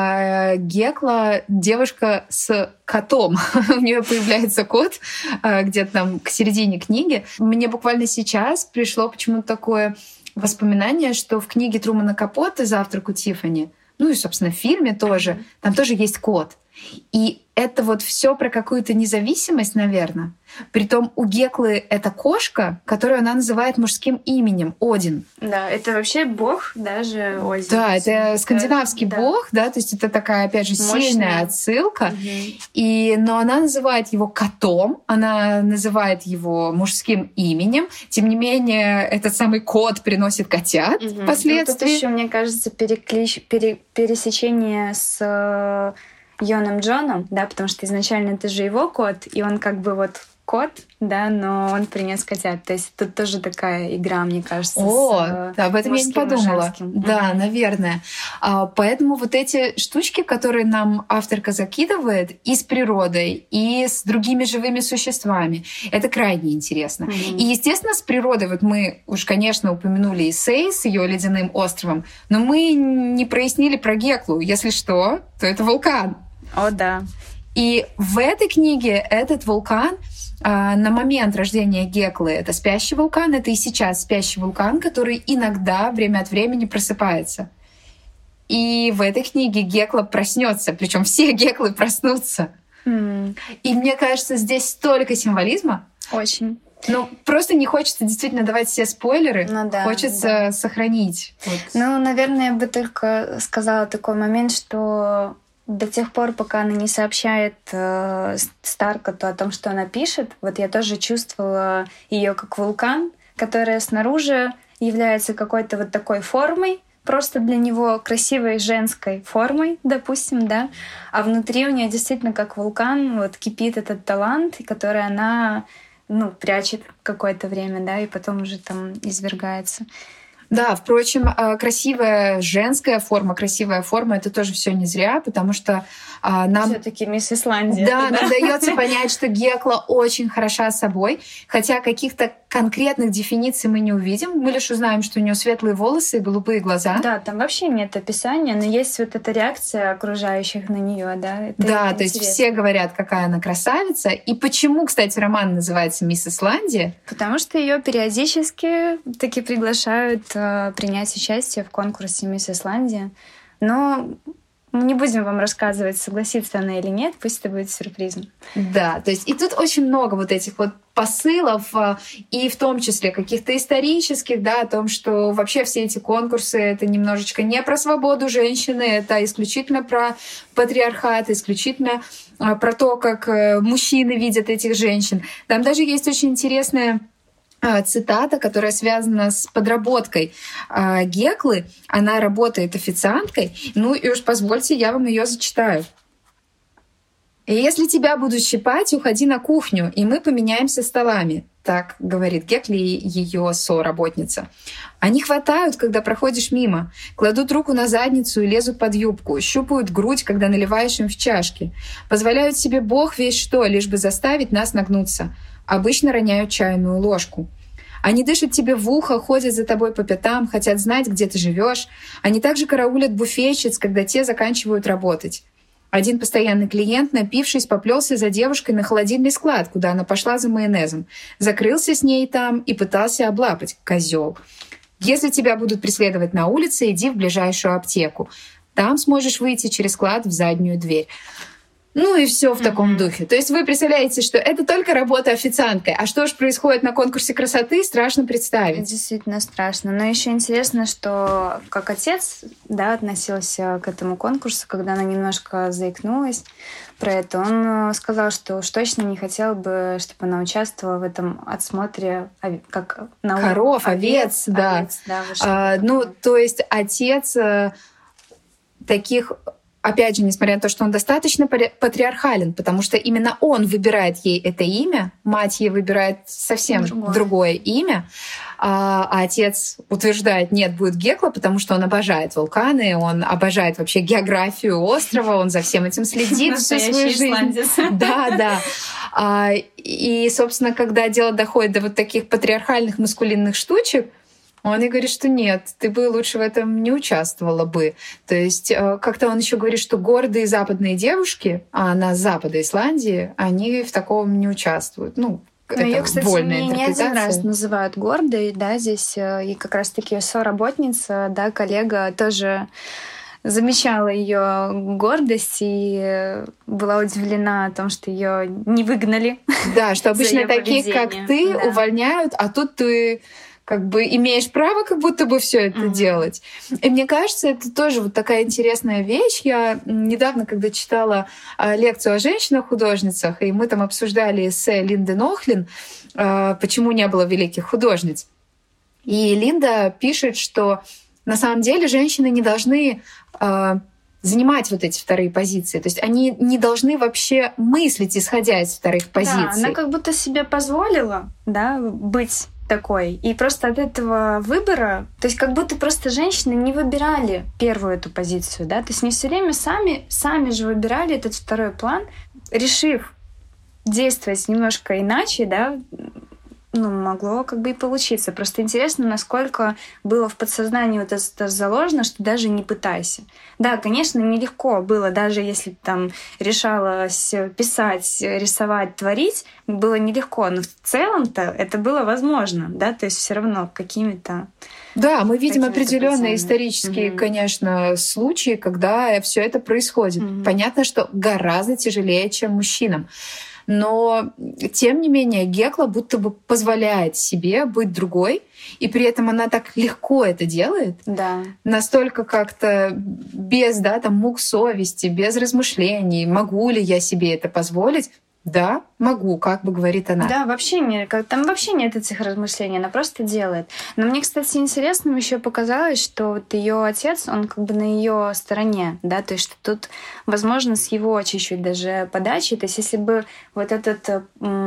Гекла девушка с котом. У нее появляется кот где-то там к середине книги. Мне буквально сейчас пришло почему-то такое воспоминание, что в книге Трумана Капоте «Завтрак у Тиффани», ну и, собственно, в фильме тоже, там тоже есть кот. И это вот все про какую-то независимость, наверное. Притом у Геклы это кошка, которую она называет мужским именем — Один. Да, это вообще бог даже Один. Да, это скандинавский бог, да, то есть это такая, опять же, сильная отсылка. Угу. Но она называет его котом, она называет его мужским именем. Тем не менее, этот самый кот приносит котят впоследствии. Тут еще, мне кажется, пересечение с Йоном Джоном, да, потому что изначально это же его кот, и он как бы вот кот, да, но он принес котят. То есть тут тоже такая игра, мне кажется. Да, об этом я не подумала. Да, наверное. Поэтому вот эти штучки, которые нам авторка закидывает и с природой, и с другими живыми существами, это крайне интересно. И, естественно, с природой, вот мы уж, конечно, упомянули Исей с ее ледяным островом, но мы не прояснили про Геклу. Если что, то это вулкан. О, да. И в этой книге этот вулкан на момент рождения Геклы — это спящий вулкан, это и сейчас спящий вулкан, который иногда время от времени просыпается. И в этой книге Гекла проснется, причем все Геклы проснутся. И мне кажется, здесь столько символизма. Очень. Ну, просто не хочется действительно давать все спойлеры. Ну, да, хочется сохранить. Вот. Ну, наверное, я бы только сказала такой момент, что до тех пор, пока она не сообщает Старкоту о том, что она пишет, вот я тоже чувствовала ее как вулкан, которая снаружи является какой-то вот такой формой, просто для него красивой женской формой, допустим, да, а внутри у нее действительно как вулкан вот кипит этот талант, который она, прячет какое-то время, да, и потом уже там извергается. Да, впрочем, красивая женская форма, красивая форма — это тоже все не зря, потому что нам... Все-таки мисс Исландия. Да, нам дается понять, что Гекла очень хороша собой, хотя каких-то конкретных дефиниций мы не увидим. Мы лишь узнаем, что у нее светлые волосы и голубые глаза. Да, там вообще нет описания, но есть вот эта реакция окружающих на нее, да. Да, то есть все говорят, какая она красавица. И почему, кстати, роман называется «Мисс Исландия»? Потому что ее периодически таки приглашают принять участие в конкурсе «Мисс Исландия». Но мы не будем вам рассказывать, согласится она или нет, пусть это будет сюрпризом. Да, то есть и тут очень много вот этих вот посылов, и в том числе каких-то исторических, да, о том, что вообще все эти конкурсы — это немножечко не про свободу женщины, это исключительно про патриархат, исключительно про то, как мужчины видят этих женщин. Там даже есть очень интересная цитата, которая связана с подработкой Геклы. Она работает официанткой. Ну и уж позвольте, я вам ее зачитаю. «И если тебя будут щипать, уходи на кухню, и мы поменяемся столами», — так говорит Гекле ее соработница. «Они хватают, когда проходишь мимо, кладут руку на задницу и лезут под юбку, щупают грудь, когда наливаешь им в чашки, позволяют себе бог весь что, лишь бы заставить нас нагнуться. Обычно роняют чайную ложку. Они дышат тебе в ухо, ходят за тобой по пятам, хотят знать, где ты живешь. Они также караулят буфетчиц, когда те заканчивают работать. Один постоянный клиент, напившись, поплелся за девушкой на холодильный склад, куда она пошла за майонезом. Закрылся с ней там и пытался облапать. Козел. Если тебя будут преследовать на улице, иди в ближайшую аптеку. Там сможешь выйти через склад в заднюю дверь. Ну и все в таком духе. То есть вы представляете, что это только работа официанткой. А что же происходит на конкурсе красоты, страшно представить. Действительно страшно. Но еще интересно, что как отец, да, относился к этому конкурсу, когда она немножко заикнулась про это. Он сказал, что уж точно не хотел бы, чтобы она участвовала в этом отсмотре как на коров, овец, да. Ну, то есть отец таких... Опять же, несмотря на то, что он достаточно патриархален, потому что именно он выбирает ей это имя, мать ей выбирает совсем другое имя, а отец утверждает, нет, будет Гекла, потому что он обожает вулканы, он обожает вообще географию острова, он за всем этим следит всю свою жизнь. Да. И, собственно, когда дело доходит до вот таких патриархальных маскулинных штучек, он ей говорит, что нет, ты бы лучше в этом не участвовала бы. То есть как-то он еще говорит, что гордые западные девушки, а она с запада Исландии, они в таком не участвуют. Ну, это ее, кстати, вольная интерпретация. Не один раз называют гордой, да, здесь. И как раз-таки соработница, да, коллега тоже замечала ее гордость и была удивлена о том, что ее не выгнали. Да, что обычно такие, как ты, увольняют, а тут ты... как бы имеешь право как будто бы все это делать. И мне кажется, это тоже вот такая интересная вещь. Я недавно, когда читала лекцию о женщинах-художницах, и мы там обсуждали эссе Линды Нохлин «Почему не было великих художниц». И Линда пишет, что на самом деле женщины не должны занимать вот эти вторые позиции. То есть они не должны вообще мыслить, исходя из вторых позиций. Да, она как будто себе позволила, да, быть такой. И просто от этого выбора, то есть как будто просто женщины не выбирали первую эту позицию, да, то есть не все время сами же выбирали этот второй план, решив действовать немножко иначе, да, ну, могло как бы и получиться. Просто интересно, насколько было в подсознании вот это заложено, что даже не пытайся. Да, конечно, нелегко было, даже если там решалась писать, рисовать, творить, было нелегко, но в целом-то это было возможно, да, то есть все равно какими-то... Да, мы видим определенные исторические, конечно, случаи, когда все это происходит. Понятно, что гораздо тяжелее, чем мужчинам. Но, тем не менее, Гекла будто бы позволяет себе быть другой, и при этом она так легко это делает, да. Настолько как-то без, да, там, мук совести, без размышлений, могу ли я себе это позволить. Да, могу, как бы говорит она. Да, там вообще нет этих размышлений, она просто делает. Но мне, кстати, интересным еще показалось, что вот ее отец, он как бы на ее стороне, да, то есть что тут, возможно, с его чуть-чуть даже подачи, то есть если бы вот этот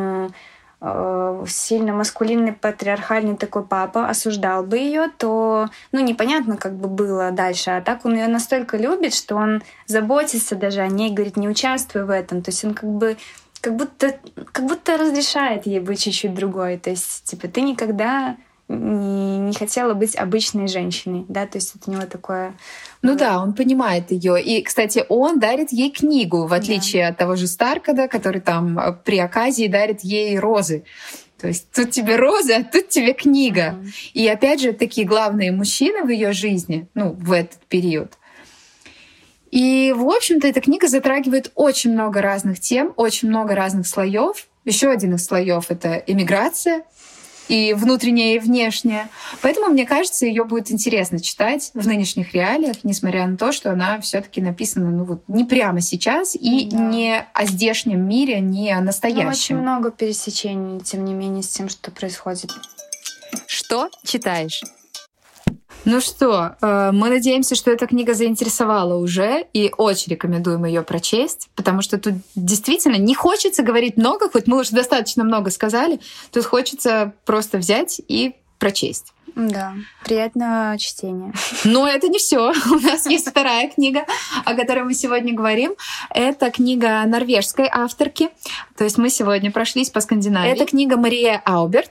сильно маскулинный, патриархальный такой папа осуждал бы ее, то, ну, непонятно, как бы было дальше. А так он ее настолько любит, что он заботится даже о ней, говорит, не участвуй в этом. То есть он как будто разрешает ей быть чуть-чуть другой. То есть, типа, ты никогда не хотела быть обычной женщиной, да, то есть это у него такое... Ну да, он понимает ее. И, кстати, он дарит ей книгу, в отличие от того же Старка, да, который там при оказии дарит ей розы. То есть тут тебе розы, а тут тебе книга. И опять же, такие главные мужчины в ее жизни, ну, в этот период. И, в общем-то, эта книга затрагивает очень много разных тем, очень много разных слоев. Еще один из слоев — это эмиграция, и внутренняя, и внешняя. Поэтому, мне кажется, ее будет интересно читать в нынешних реалиях, несмотря на то, что она все-таки написана, ну вот, не прямо сейчас и не о здешнем мире, не о настоящем. Очень много пересечений, тем не менее, с тем, что происходит. Что читаешь? Ну что, мы надеемся, что эта книга заинтересовала уже, и очень рекомендуем ее прочесть, потому что тут действительно не хочется говорить много, хоть мы уже достаточно много сказали, тут хочется просто взять и прочесть. Да, приятного чтения. Но это не все. У нас есть вторая книга, о которой мы сегодня говорим. Это книга норвежской авторки. То есть мы сегодня прошлись по Скандинавии. Это книга Мария Ауберт.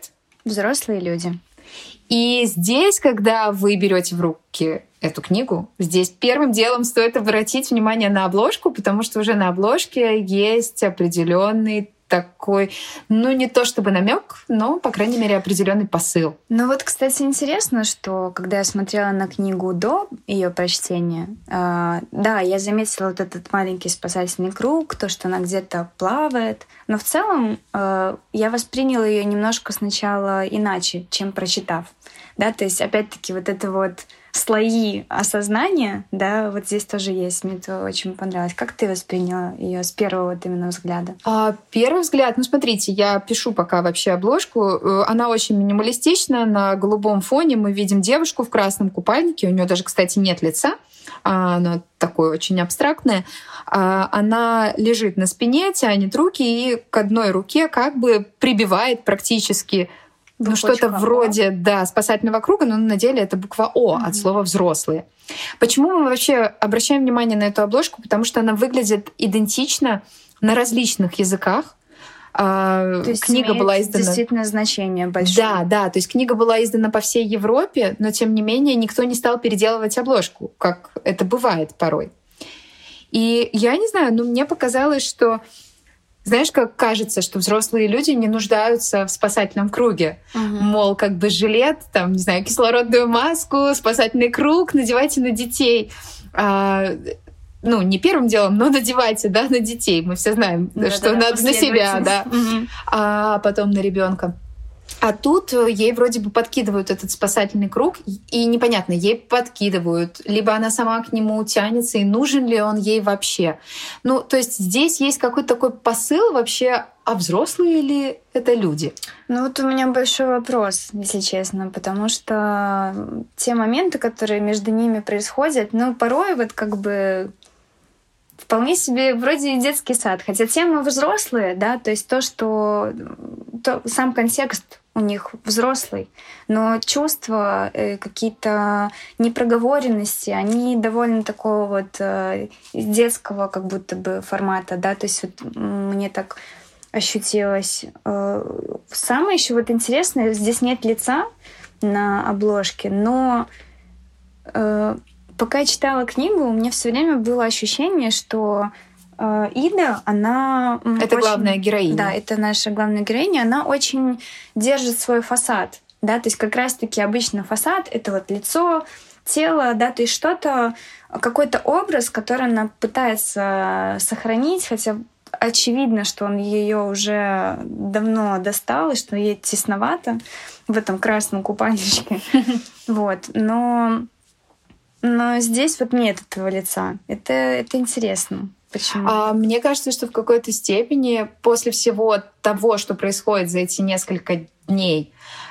Взрослые люди. И здесь, когда вы берете в руки эту книгу, здесь первым делом стоит обратить внимание на обложку, потому что уже на обложке есть определенный такой, не то чтобы намек, но, по крайней мере, определенный посыл. Ну вот, кстати, интересно, что когда я смотрела на книгу до ее прочтения, да, я заметила вот этот маленький спасательный круг, то, что она где-то плавает, но в целом я восприняла ее немножко сначала иначе, чем прочитав. Да, то есть, опять-таки, вот это вот слои осознания, да, вот здесь тоже есть. Мне это очень понравилось. Как ты восприняла ее с первого вот именно взгляда? Первый взгляд, смотрите, я пишу пока вообще обложку. Она очень минималистична. На голубом фоне мы видим девушку в красном купальнике. У нее даже, кстати, нет лица. Она такое очень абстрактное. Она лежит на спине, тянет руки и к одной руке как бы прибивает практически что-то вроде, да, спасательного круга, но на деле это буква О от слова «взрослые». Почему мы вообще обращаем внимание на эту обложку? Потому что она выглядит идентично на различных языках. То есть книга была издана... действительно значение большое. Да, то есть книга была издана по всей Европе, но тем не менее никто не стал переделывать обложку, как это бывает порой. И я не знаю, мне показалось, что знаешь, как кажется, что взрослые люди не нуждаются в спасательном круге. Мол, как бы жилет, не знаю, кислородную маску, спасательный круг надевайте на детей. Не первым делом, но надевайте, да, на детей. Мы все знаем, что надо на себя, да, а потом на ребенка. А тут ей вроде бы подкидывают этот спасательный круг, и непонятно, ей подкидывают, либо она сама к нему тянется, и нужен ли он ей вообще. То есть здесь есть какой-то такой посыл вообще, а взрослые ли это люди? Вот у меня большой вопрос, если честно, потому что те моменты, которые между ними происходят, порой вот как бы вполне себе вроде детский сад. Хотя темы взрослые, да, то есть сам контекст у них взрослый, но чувства, какие-то непроговоренности, они довольно такого вот детского как будто бы формата, да, то есть вот мне так ощутилось. Самое еще вот интересное, здесь нет лица на обложке, но пока я читала книгу, у меня все время было ощущение, что Ида, она... Это главная героиня. Да, это наша главная героиня. Она очень держит свой фасад. Да? То есть как раз-таки обычно фасад — это вот лицо, тело, да, то есть что-то, какой-то образ, который она пытается сохранить, хотя очевидно, что он ее уже давно достал, и что ей тесновато в этом красном купальничке. Вот. Но здесь вот нет этого лица. Это интересно. Почему? Мне кажется, что в какой-то степени после всего того, что происходит за эти несколько дней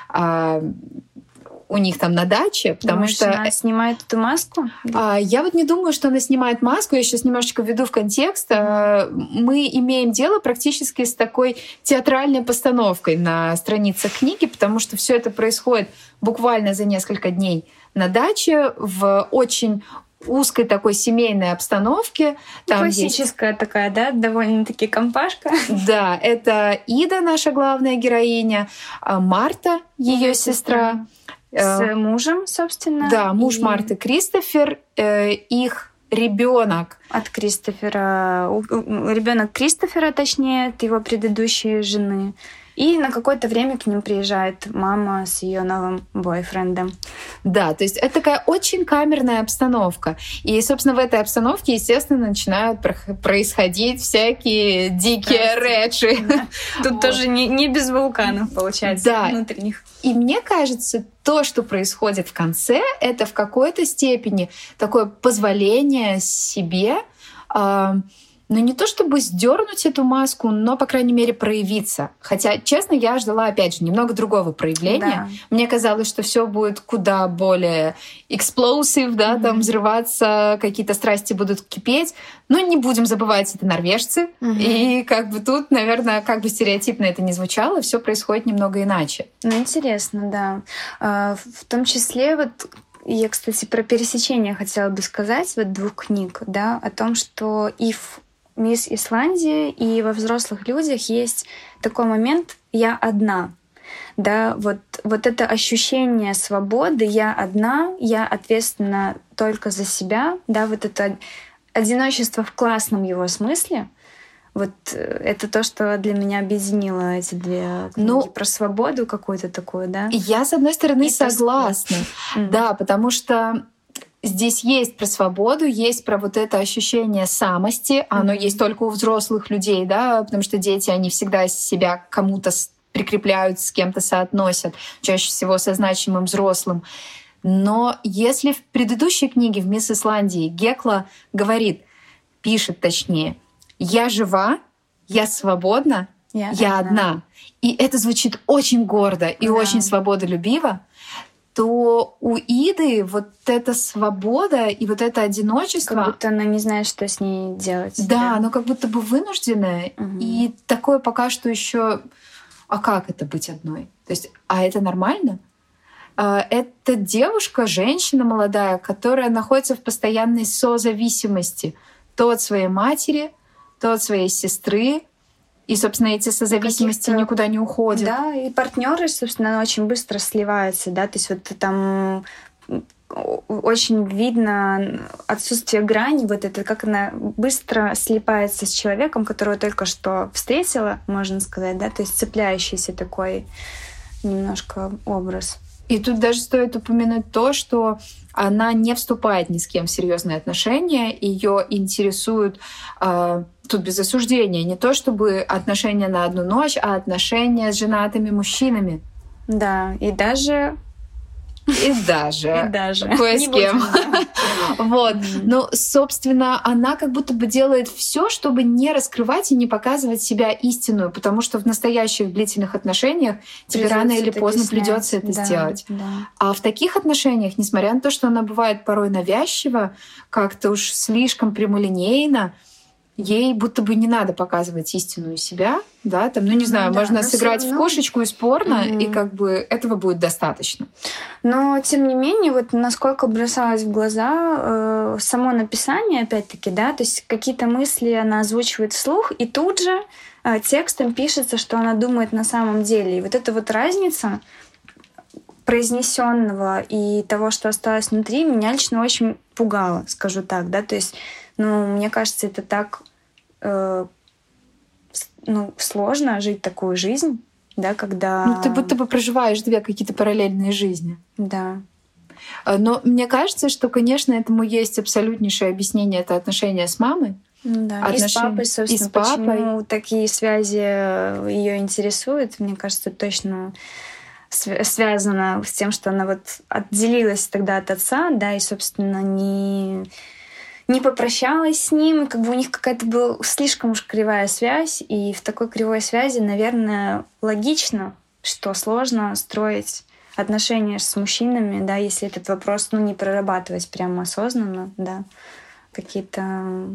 у них там на даче, потому Думаешь, что она снимает эту маску? Я вот не думаю, что она снимает маску. Я сейчас немножечко введу в контекст. Мы имеем дело практически с такой театральной постановкой на страницах книги, потому что все это происходит буквально за несколько дней на даче в очень узкой такой семейной обстановке. Там классическая есть... такая, да, довольно-таки компашка. Да, это Ида, наша главная героиня, Марта, ее сестра. С мужем, собственно. Да, муж Марты Кристофер, их ребенок. От Кристофера. Ребенок Кристофера, точнее, от его предыдущей жены. И на какое-то время к ним приезжает мама с ее новым бойфрендом. Да, то есть это такая очень камерная обстановка. И, собственно, в этой обстановке, естественно, начинают происходить всякие дикие рэчи. Да. Тут тоже не без вулканов, получается, да. Внутренних. И мне кажется, то, что происходит в конце, это в какой-то степени такое позволение себе... Но не то чтобы сдернуть эту маску, но, по крайней мере, проявиться. Хотя, честно, я ждала, опять же, немного другого проявления. Да. Мне казалось, что все будет куда более explosive, да, там взрываться, какие-то страсти будут кипеть. Но не будем забывать, это норвежцы. И как бы тут, наверное, как бы стереотипно это ни звучало, все происходит немного иначе. Интересно, да. В том числе вот... Я, кстати, про пересечение хотела бы сказать вот двух книг, да, о том, что и в «Мисс Исландия», и во «Взрослых людях» есть такой момент «я одна». да, вот это ощущение свободы, я одна, я ответственна только за себя, да, вот это одиночество в классном его смысле, вот это то, что для меня объединило эти две книги про свободу какую-то такую, да. Я, с одной стороны, согласна, да, потому что здесь есть про свободу, есть про вот это ощущение самости. Оно есть только у взрослых людей, да, потому что дети, они всегда себя к кому-то прикрепляют, с кем-то соотносят, чаще всего со значимым взрослым. Но если в предыдущей книге в «Мисс Исландии» Гекла пишет точнее, «Я жива, я свободна, я одна». И это звучит очень гордо и очень свободолюбиво, то у Иды вот эта свобода и вот это одиночество... Как будто она не знает, что с ней делать. Да, оно как будто бы вынужденное. И такое пока что еще... А как это быть одной? То есть, а это нормально? Это девушка, женщина молодая, которая находится в постоянной созависимости. То от своей матери, то от своей сестры. И, собственно, эти созависимости никуда не уходят. Да, и партнеры, собственно, очень быстро сливаются, да, то есть вот там очень видно отсутствие грани, вот это, как она быстро слипается с человеком, которого только что встретила, можно сказать, да, то есть цепляющийся такой немножко образ. И тут даже стоит упомянуть то, что она не вступает ни с кем в серьезные отношения, ее интересуют тут без осуждения не то чтобы отношения на одну ночь, а отношения с женатыми мужчинами. Да, и даже кое с кем. Вот. Но, собственно, она как будто бы делает все, чтобы не раскрывать и не показывать себя истинную, потому что в настоящих длительных отношениях тебе рано или поздно придется это сделать. А в таких отношениях, несмотря на то, что она бывает порой навязчива, как-то уж слишком прямолинейно, ей будто бы не надо показывать истинную себя, да, там, не знаю, можно сыграть в кошечку из порно, и как бы этого будет достаточно. Но, тем не менее, вот насколько бросалось в глаза само написание, опять-таки, да, то есть какие-то мысли она озвучивает вслух, и тут же текстом пишется, что она думает на самом деле. И вот эта вот разница произнесенного и того, что осталось внутри, меня лично очень пугало, скажу так, да, то есть мне кажется, это так сложно жить такую жизнь, да, когда... ты будто бы проживаешь две какие-то параллельные жизни. Да. Но мне кажется, что, конечно, этому есть абсолютнейшее объяснение. Это отношения с мамой. Да, и с папой, собственно. Почему такие связи ее интересуют, мне кажется, точно связано с тем, что она вот отделилась тогда от отца, да, и, собственно, не попрощалась с ним, как бы у них какая-то была слишком уж кривая связь, и в такой кривой связи, наверное, логично, что сложно строить отношения с мужчинами, да, если этот вопрос, не прорабатывать прямо осознанно, да, какие-то...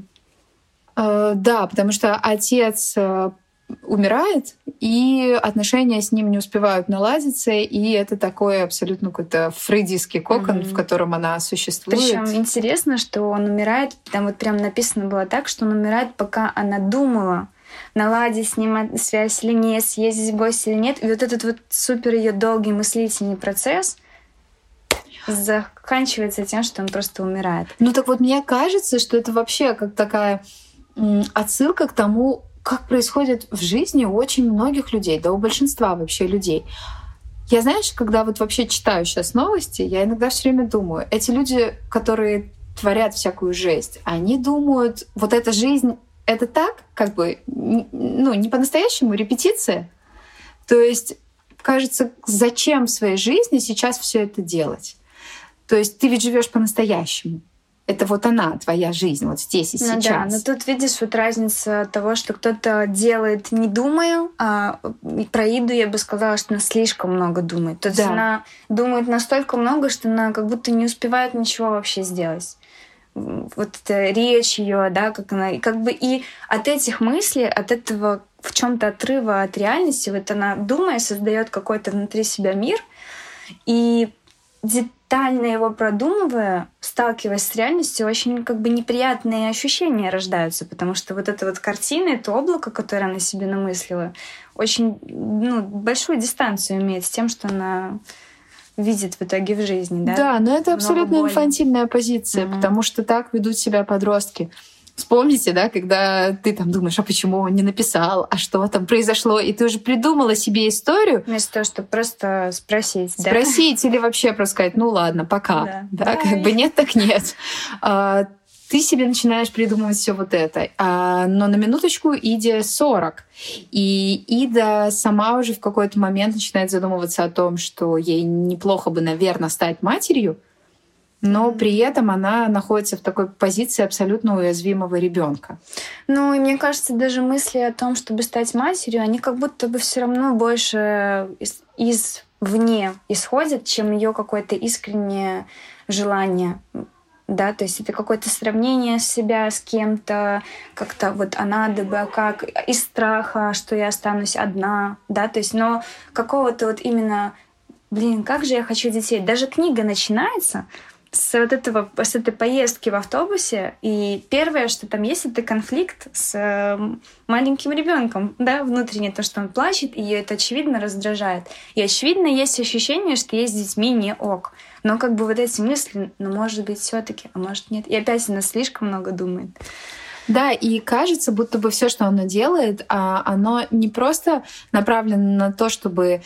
Да, потому что отец умирает, и отношения с ним не успевают наладиться, и это такой абсолютно какой-то фрейдистский кокон, в котором она существует. Причем интересно, что он умирает, там вот прям написано было так, что он умирает, пока она думала, наладить с ним связь или нет, съездить в гости или нет. И вот этот вот супер ее долгий мыслительный процесс заканчивается тем, что он просто умирает. Так вот, мне кажется, что это вообще как такая отсылка к тому, как происходит в жизни у очень многих людей, да у большинства вообще людей. Я, знаешь, когда вот вообще читаю сейчас новости, я иногда все время думаю, эти люди, которые творят всякую жесть, они думают, вот эта жизнь, это так, как бы, не по-настоящему, репетиция. То есть, кажется, зачем в своей жизни сейчас все это делать? То есть ты ведь живешь по-настоящему. Это вот она, твоя жизнь, вот здесь и сейчас. Да, но тут видишь вот разница того, что кто-то делает не думая, а про Иду я бы сказала, что она слишком много думает. То есть она думает настолько много, что она как будто не успевает ничего вообще сделать. Вот эта речь ее, да, как она, как бы и от этих мыслей, от этого в чем-то отрыва от реальности, вот она, думая, создает какой-то внутри себя мир, и детально его продумывая, сталкиваясь с реальностью, очень как бы неприятные ощущения рождаются, потому что вот эта вот картина, это облако, которое она себе намыслила, очень большую дистанцию имеет с тем, что она видит в итоге в жизни. Да, но это абсолютно инфантильная позиция, потому что так ведут себя подростки. Вспомните, да, когда ты там думаешь, а почему он не написал, а что там произошло, и ты уже придумала себе историю. Вместо того, чтобы просто спросить. Спросить или вообще просто сказать, ну ладно, пока. Да, как бы нет, так нет. Ты себе начинаешь придумывать все вот это. Но на минуточку Иде 40. И Ида сама уже в какой-то момент начинает задумываться о том, что ей неплохо бы, наверное, стать матерью, но при этом она находится в такой позиции абсолютно уязвимого ребенка. Ну, и мне кажется, даже мысли о том, чтобы стать матерью, они как будто бы все равно больше извне исходят, чем ее какое-то искреннее желание. Да, то есть это какое-то сравнение себя с кем-то, как-то вот а надо бы, а как, из страха, что я останусь одна, да, то есть, но какого-то вот именно, как же я хочу детей. Даже книга начинается с этой поездки в автобусе, и первое, что там есть, это конфликт с маленьким ребенком, да, внутренне то, что он плачет, и ее это очевидно раздражает. И очевидно есть ощущение, что ей с детьми не ок. Но как бы вот эти мысли, может быть, все-таки, а может нет. И опять она слишком много думает. Да, и кажется, будто бы все, что она делает, оно не просто направлено на то, чтобы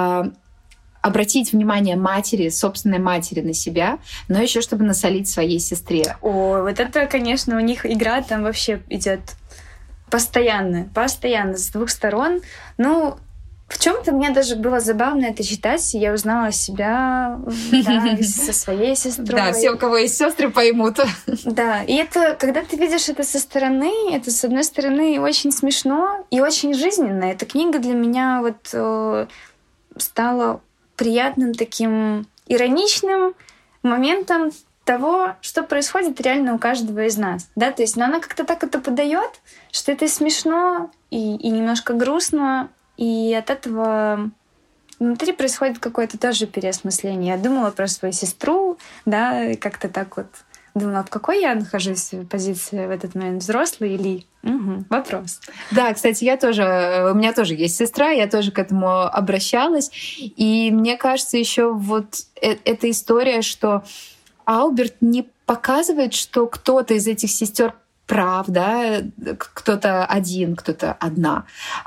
обратить внимание собственной матери на себя, но еще чтобы насолить своей сестре. О, вот это, конечно, у них игра там вообще идет постоянно, с двух сторон. Ну, в чем-то мне даже было забавно это читать, и я узнала себя со своей сестрой. Да, все, у кого есть сестры, поймут. Да, и это, когда ты видишь это со стороны, это, с одной стороны, очень смешно и очень жизненно. Эта книга для меня вот стала приятным таким ироничным моментом того, что происходит реально у каждого из нас. Да? То есть, но она как-то так это подает, что это смешно и немножко грустно, и от этого внутри происходит какое-то тоже переосмысление. Я думала про свою сестру, да, и как-то так вот думала, в какой я нахожусь позиции в этот момент, взрослый или... вопрос. Да, кстати, у меня тоже есть сестра, я тоже к этому обращалась. И мне кажется, еще вот эта история, что Ауберт не показывает, что кто-то из этих сестер прав, да, кто-то один, кто-то одна,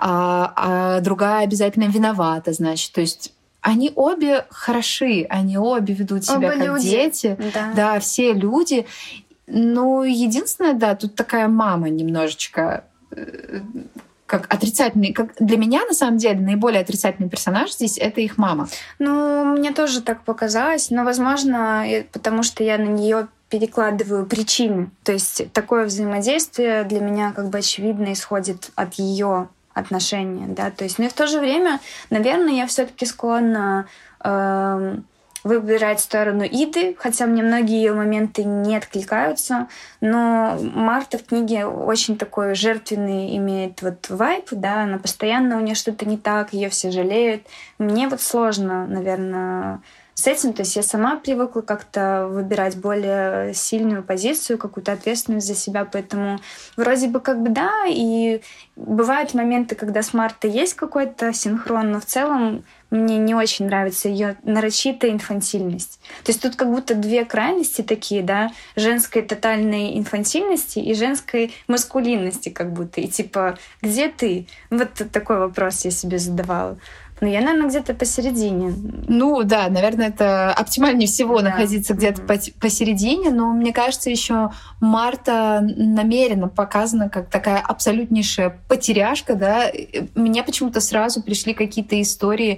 а другая обязательно виновата, значит. То есть они обе хороши, они обе ведут себя оба как люди. Дети. Да, все люди. Ну, единственное, да, тут такая мама немножечко как отрицательный. Для меня, на самом деле, наиболее отрицательный персонаж здесь — это их мама. Ну, мне тоже так показалось, но, возможно, потому что я на нее перекладываю причины. То есть такое взаимодействие для меня как бы очевидно исходит от ее отношения, да, то есть, но и в то же время, наверное, я все-таки склонна выбирать сторону Иды, хотя мне многие ее моменты не откликаются, но Марта в книге очень такой жертвенный имеет вот вайб, да, она постоянно, у нее что-то не так, ее все жалеют. Мне вот сложно, наверное, с этим, то есть я сама привыкла как-то выбирать более сильную позицию, какую-то ответственность за себя, поэтому вроде бы как бы да, и бывают моменты, когда с Мартой есть какой-то синхрон, но в целом мне не очень нравится ее нарочитая инфантильность. То есть тут как будто две крайности такие, да, женской тотальной инфантильности и женской маскулинности как будто. И типа, где ты? Вот такой вопрос я себе задавала. Но я, наверное, где-то посередине. Ну да, наверное, это оптимальнее всего находиться где-то посередине, но мне кажется, еще Марта намеренно показана как такая абсолютнейшая потеряшка, да. Мне почему-то сразу пришли какие-то истории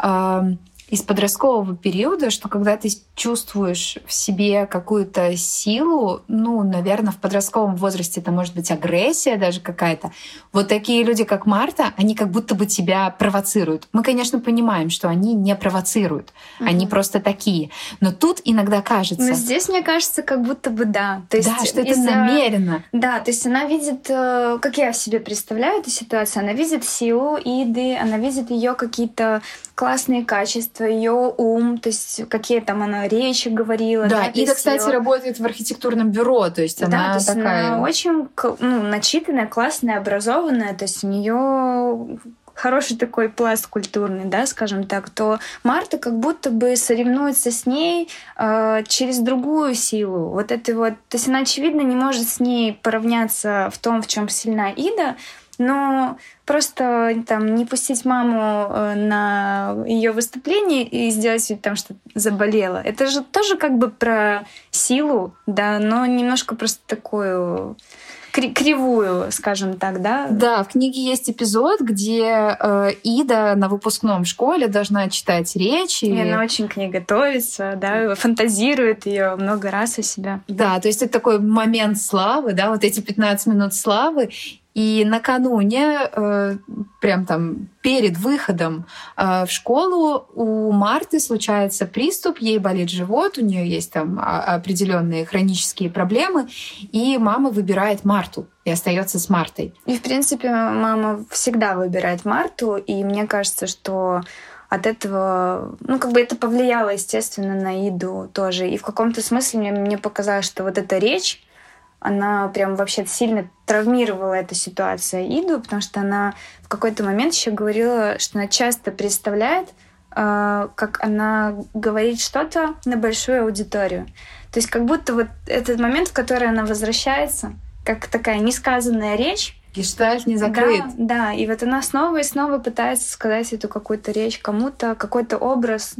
из подросткового периода, что когда ты чувствуешь в себе какую-то силу, ну, наверное, в подростковом возрасте это может быть агрессия даже какая-то. Вот такие люди, как Марта, они как будто бы тебя провоцируют. Мы, конечно, понимаем, что они не провоцируют, они просто такие. Но тут иногда кажется... Но здесь, мне кажется, как будто бы да. То есть да, что это намеренно. Да, то есть она видит, как я себе представляю эту ситуацию, она видит силу Иды, она видит ее какие-то классные качества, творчество, ее ум, то есть какие там она речи говорила. Да, Ида, кстати, работает в архитектурном бюро, то есть она такая... Она очень начитанная, классная, образованная, то есть у нее хороший такой пласт культурный, да, скажем так, то Марта как будто бы соревнуется с ней через другую силу. Вот это вот, то есть она, очевидно, не может с ней поравняться в том, в чем сильна Ида, но просто там не пустить маму на ее выступление и сделать вид там, что заболела. Это же тоже как бы про силу, да, но немножко просто такую кривую, скажем так, да? Да, в книге есть эпизод, где Ида на выпускном в школе должна читать речь. И она очень к ней готовится, да, фантазирует ее много раз у себя. Да, то есть это такой момент славы, да, вот эти 15 минут славы. И накануне, прям там перед выходом в школу, у Марты случается приступ, ей болит живот, у нее есть там определенные хронические проблемы, и мама выбирает Марту и остается с Мартой. И, в принципе, мама всегда выбирает Марту, и мне кажется, что от этого, как бы это повлияло, естественно, на Иду тоже. И в каком-то смысле мне показалось, что вот эта речь, она прям вообще сильно травмировала эту ситуацию Иду, потому что она в какой-то момент еще говорила, что она часто представляет, как она говорит что-то на большую аудиторию. То есть как будто вот этот момент, в который она возвращается, как такая несказанная речь, Гештальт не закрыт. Да, и вот она снова и снова пытается сказать эту какую-то речь кому-то, какой-то образ,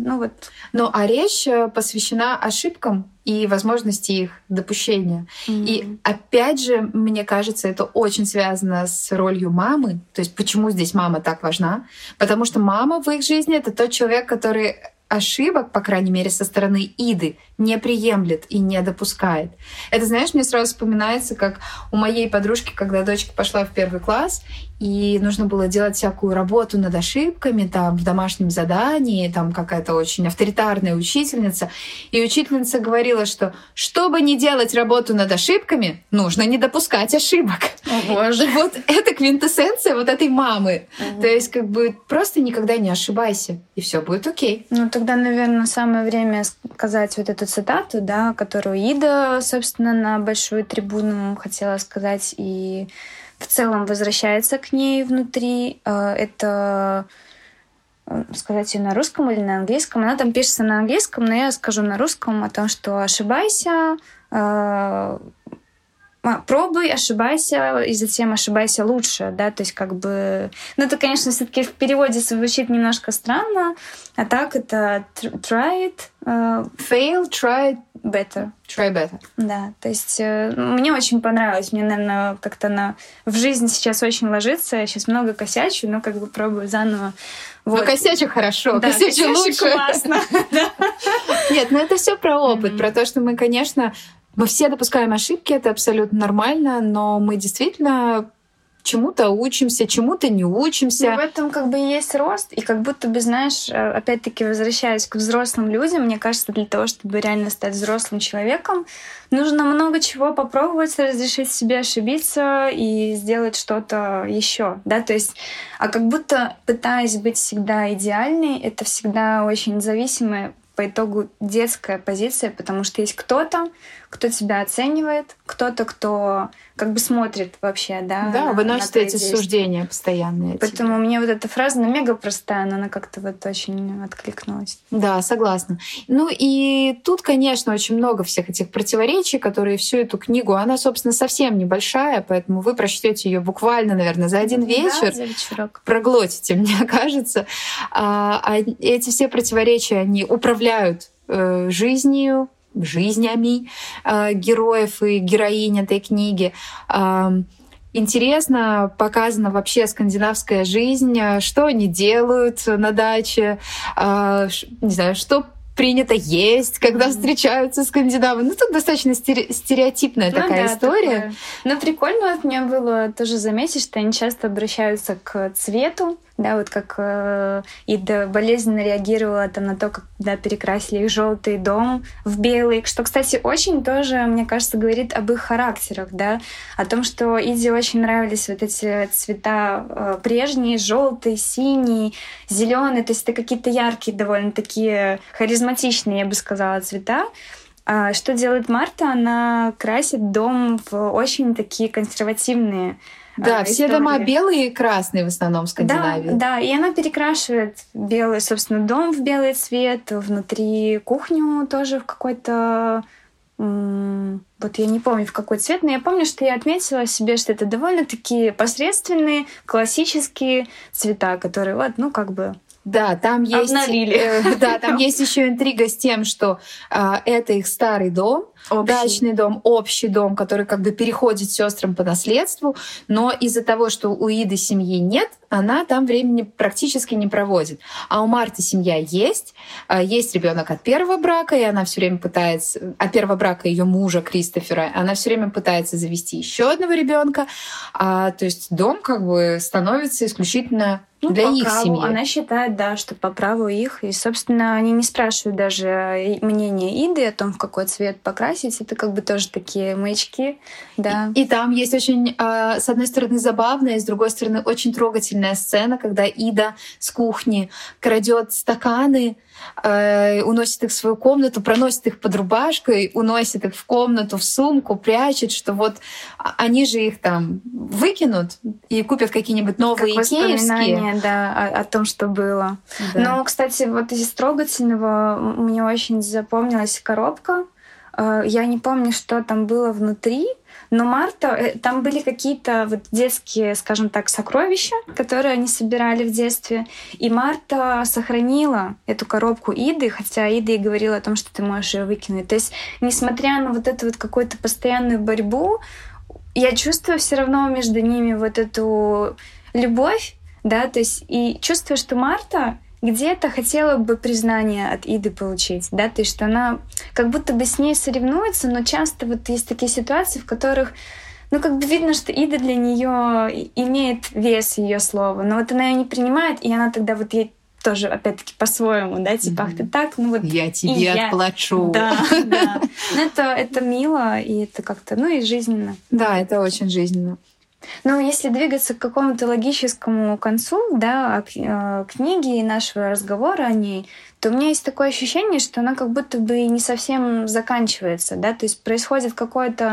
А речь посвящена ошибкам и возможности их допущения. И опять же, мне кажется, это очень связано с ролью мамы. То есть почему здесь мама так важна? Потому что мама в их жизни — это тот человек, который ошибок, по крайней мере, со стороны Иды, не приемлет и не допускает. Это, знаешь, мне сразу вспоминается, как у моей подружки, когда дочка пошла в 1 класс, и нужно было делать всякую работу над ошибками, там, в домашнем задании, там какая-то очень авторитарная учительница. И учительница говорила, что чтобы не делать работу над ошибками, нужно не допускать ошибок. О, Боже. И вот это квинтэссенция вот этой мамы. То есть как бы просто никогда не ошибайся, и все будет окей. Тогда, наверное, самое время сказать вот эту цитату, да, которую Ида, собственно, на большую трибуну хотела сказать и в целом возвращается к ней внутри. Это сказать ее на русском или на английском. Она там пишется на английском, но я скажу на русском о том, что ошибайся, пробуй, ошибайся, и затем ошибайся лучше, да, то есть как бы... это, конечно, все-таки в переводе звучит немножко странно, а так это try it, fail, try better. Try better. Да, то есть мне очень понравилось, мне, наверное, как-то она в жизнь сейчас очень ложится, я сейчас много косячу, но как бы пробую заново. Вот. Косячу хорошо, да, косячу лучше. Классно. Нет, это все про опыт, про то, что мы, конечно, мы все допускаем ошибки, это абсолютно нормально, но мы действительно чему-то учимся, чему-то не учимся. В этом как бы и есть рост, и как будто бы, знаешь, опять-таки возвращаясь к взрослым людям, мне кажется, для того, чтобы реально стать взрослым человеком, нужно много чего попробовать, разрешить себе ошибиться и сделать что-то еще, да, то есть, а как будто пытаясь быть всегда идеальной, это всегда очень зависимое по итогу детская позиция, потому что есть кто-то, кто тебя оценивает, кто-то, кто как бы смотрит вообще, да. Да, выносит эти суждения постоянные. Поэтому мне вот эта фраза, она мега простая, но она как-то вот очень откликнулась. Да, согласна. И тут, конечно, очень много всех этих противоречий, которые всю эту книгу, она, собственно, совсем небольшая, поэтому вы прочтете ее буквально, наверное, за один вечер. Да, за вечерок. Проглотите, мне кажется. А эти все противоречия, они управляют жизнью, жизнями героев и героинь этой книги. Интересно показана вообще скандинавская жизнь, что они делают на даче, не знаю, что принято есть, когда встречаются скандинавы. Тут достаточно стереотипная такая история. Такое. Но прикольно от меня было тоже заметить, что они часто обращаются к цвету, да, вот как Ида болезненно реагировала там на то, когда перекрасили их желтый дом в белый, что, кстати, очень тоже, мне кажется, говорит об их характерах, да, о том, что Иде очень нравились вот эти цвета прежние, желтый, синий, зеленый, то есть это какие-то яркие, довольно такие харизматичные, я бы сказала, цвета. А что делает Марта? Она красит дом в очень такие консервативные. Да, все дома белые и красные в основном в Скандинавии. Да, и она перекрашивает белый, собственно, дом в белый цвет, внутри кухню тоже в какой-то... Вот я не помню, в какой цвет, но я помню, что я отметила себе, что это довольно-таки посредственные, классические цвета, которые вот, ну, как бы... Да, там есть, там есть еще интрига с тем, что это их старый дом, дачный дом, общий дом, который как бы переходит сестрам по наследству, но из-за того, что у Иды семьи нет, она там времени практически не проводит. А у Марты семья есть ребенок от первого брака, и она все время пытается, от первого брака ее мужа Кристофера, она все время пытается завести еще одного ребенка, то есть дом как бы становится исключительно для их праву. семьи. Она считает, да, что по праву их. И, собственно, они не спрашивают даже мнение Иды о том, в какой цвет покрасить. Это как бы тоже такие маячки. Да. И там есть очень, с одной стороны, забавная, с другой стороны, очень трогательная сцена, когда Ида с кухни крадет стаканы, уносит их в свою комнату, проносит их под рубашкой, уносит их в комнату, в сумку, прячет, что вот они же их там выкинут и купят какие-нибудь новые икеевские. Да, о том, что было. Да. Но, кстати, вот из трогательного мне очень запомнилась коробка. Я не помню, что там было внутри, но Марта, там были какие-то вот детские, скажем так, сокровища, которые они собирали в детстве. И Марта сохранила эту коробку Иды, хотя Ида и говорила о том, что ты можешь ее выкинуть. То есть, несмотря на вот эту вот какую-то постоянную борьбу, я чувствую все равно между ними вот эту любовь, да, то есть и чувствую, что Марта где-то хотела бы признание от Иды получить, да, то есть что она как будто бы с ней соревнуется, но часто вот есть такие ситуации, в которых, ну, как бы видно, что Ида для нее имеет вес ее слова, но вот она ее не принимает, и она тогда вот ей тоже, опять-таки, по-своему, да, типа, ах ты так, ну вот... Я тебе отплачу. Да. Ну, это мило, и это как-то, ну, и жизненно. Да, это очень жизненно. Ну, если двигаться к какому-то логическому концу, да, книги и нашего разговора о ней, то у меня есть такое ощущение, что она как будто бы не совсем заканчивается, да, то есть происходит какое-то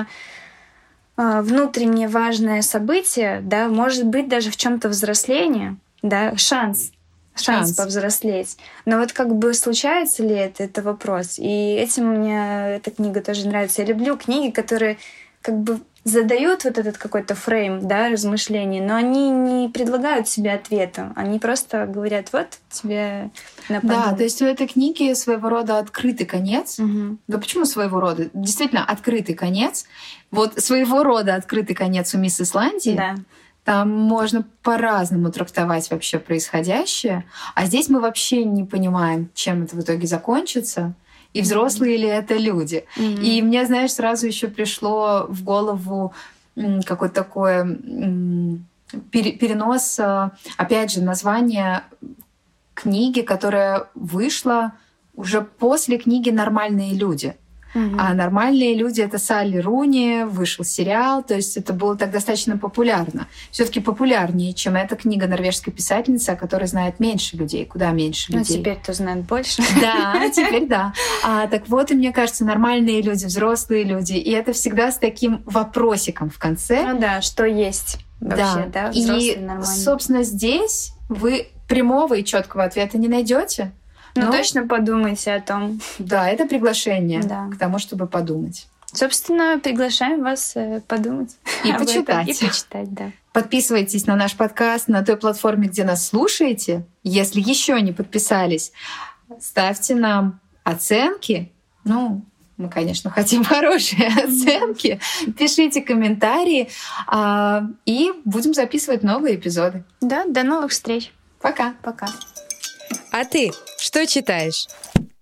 внутреннее важное событие, да, может быть даже в чем-то взросление, да, шанс повзрослеть. Но вот как бы случается ли это вопрос. И этим мне эта книга тоже нравится. Я люблю книги, которые как бы задают вот этот какой-то фрейм, да, размышлений, но они не предлагают себе ответа. Они просто говорят, вот тебе на подумать. Да, то есть у этой книги своего рода открытый конец. Угу. Да почему своего рода? Действительно, открытый конец. Вот своего рода открытый конец у «Мисс Исландии». Да. Там можно по-разному трактовать вообще происходящее. А здесь мы вообще не понимаем, чем это в итоге закончится. И взрослые ли это люди. И мне, знаешь, сразу еще пришло в голову какой-то такой перенос, опять же, название книги, которая вышла уже после книги «Нормальные люди». А «Нормальные люди» — это Салли Руни, вышел сериал, то есть это было так достаточно популярно. Все-таки популярнее, чем эта книга норвежской писательницы, о которой знает меньше людей, куда меньше людей. Ну, теперь-то знают больше. Да, теперь да. Так вот, и мне кажется, нормальные люди, взрослые люди, и это всегда с таким вопросиком в конце. Ну да, что есть вообще, да, взрослые, нормальные. И, собственно, здесь вы прямого и четкого ответа не найдете. Ну, точно подумайте о том. Да, это приглашение к тому, чтобы подумать. Собственно, приглашаем вас подумать. И почитать. И почитать, да. Подписывайтесь на наш подкаст на той платформе, где нас слушаете. Если еще не подписались, ставьте нам оценки. Ну, мы, конечно, хотим хорошие оценки. Пишите комментарии. И будем записывать новые эпизоды. Да, до новых встреч. Пока. Пока. А ты что читаешь?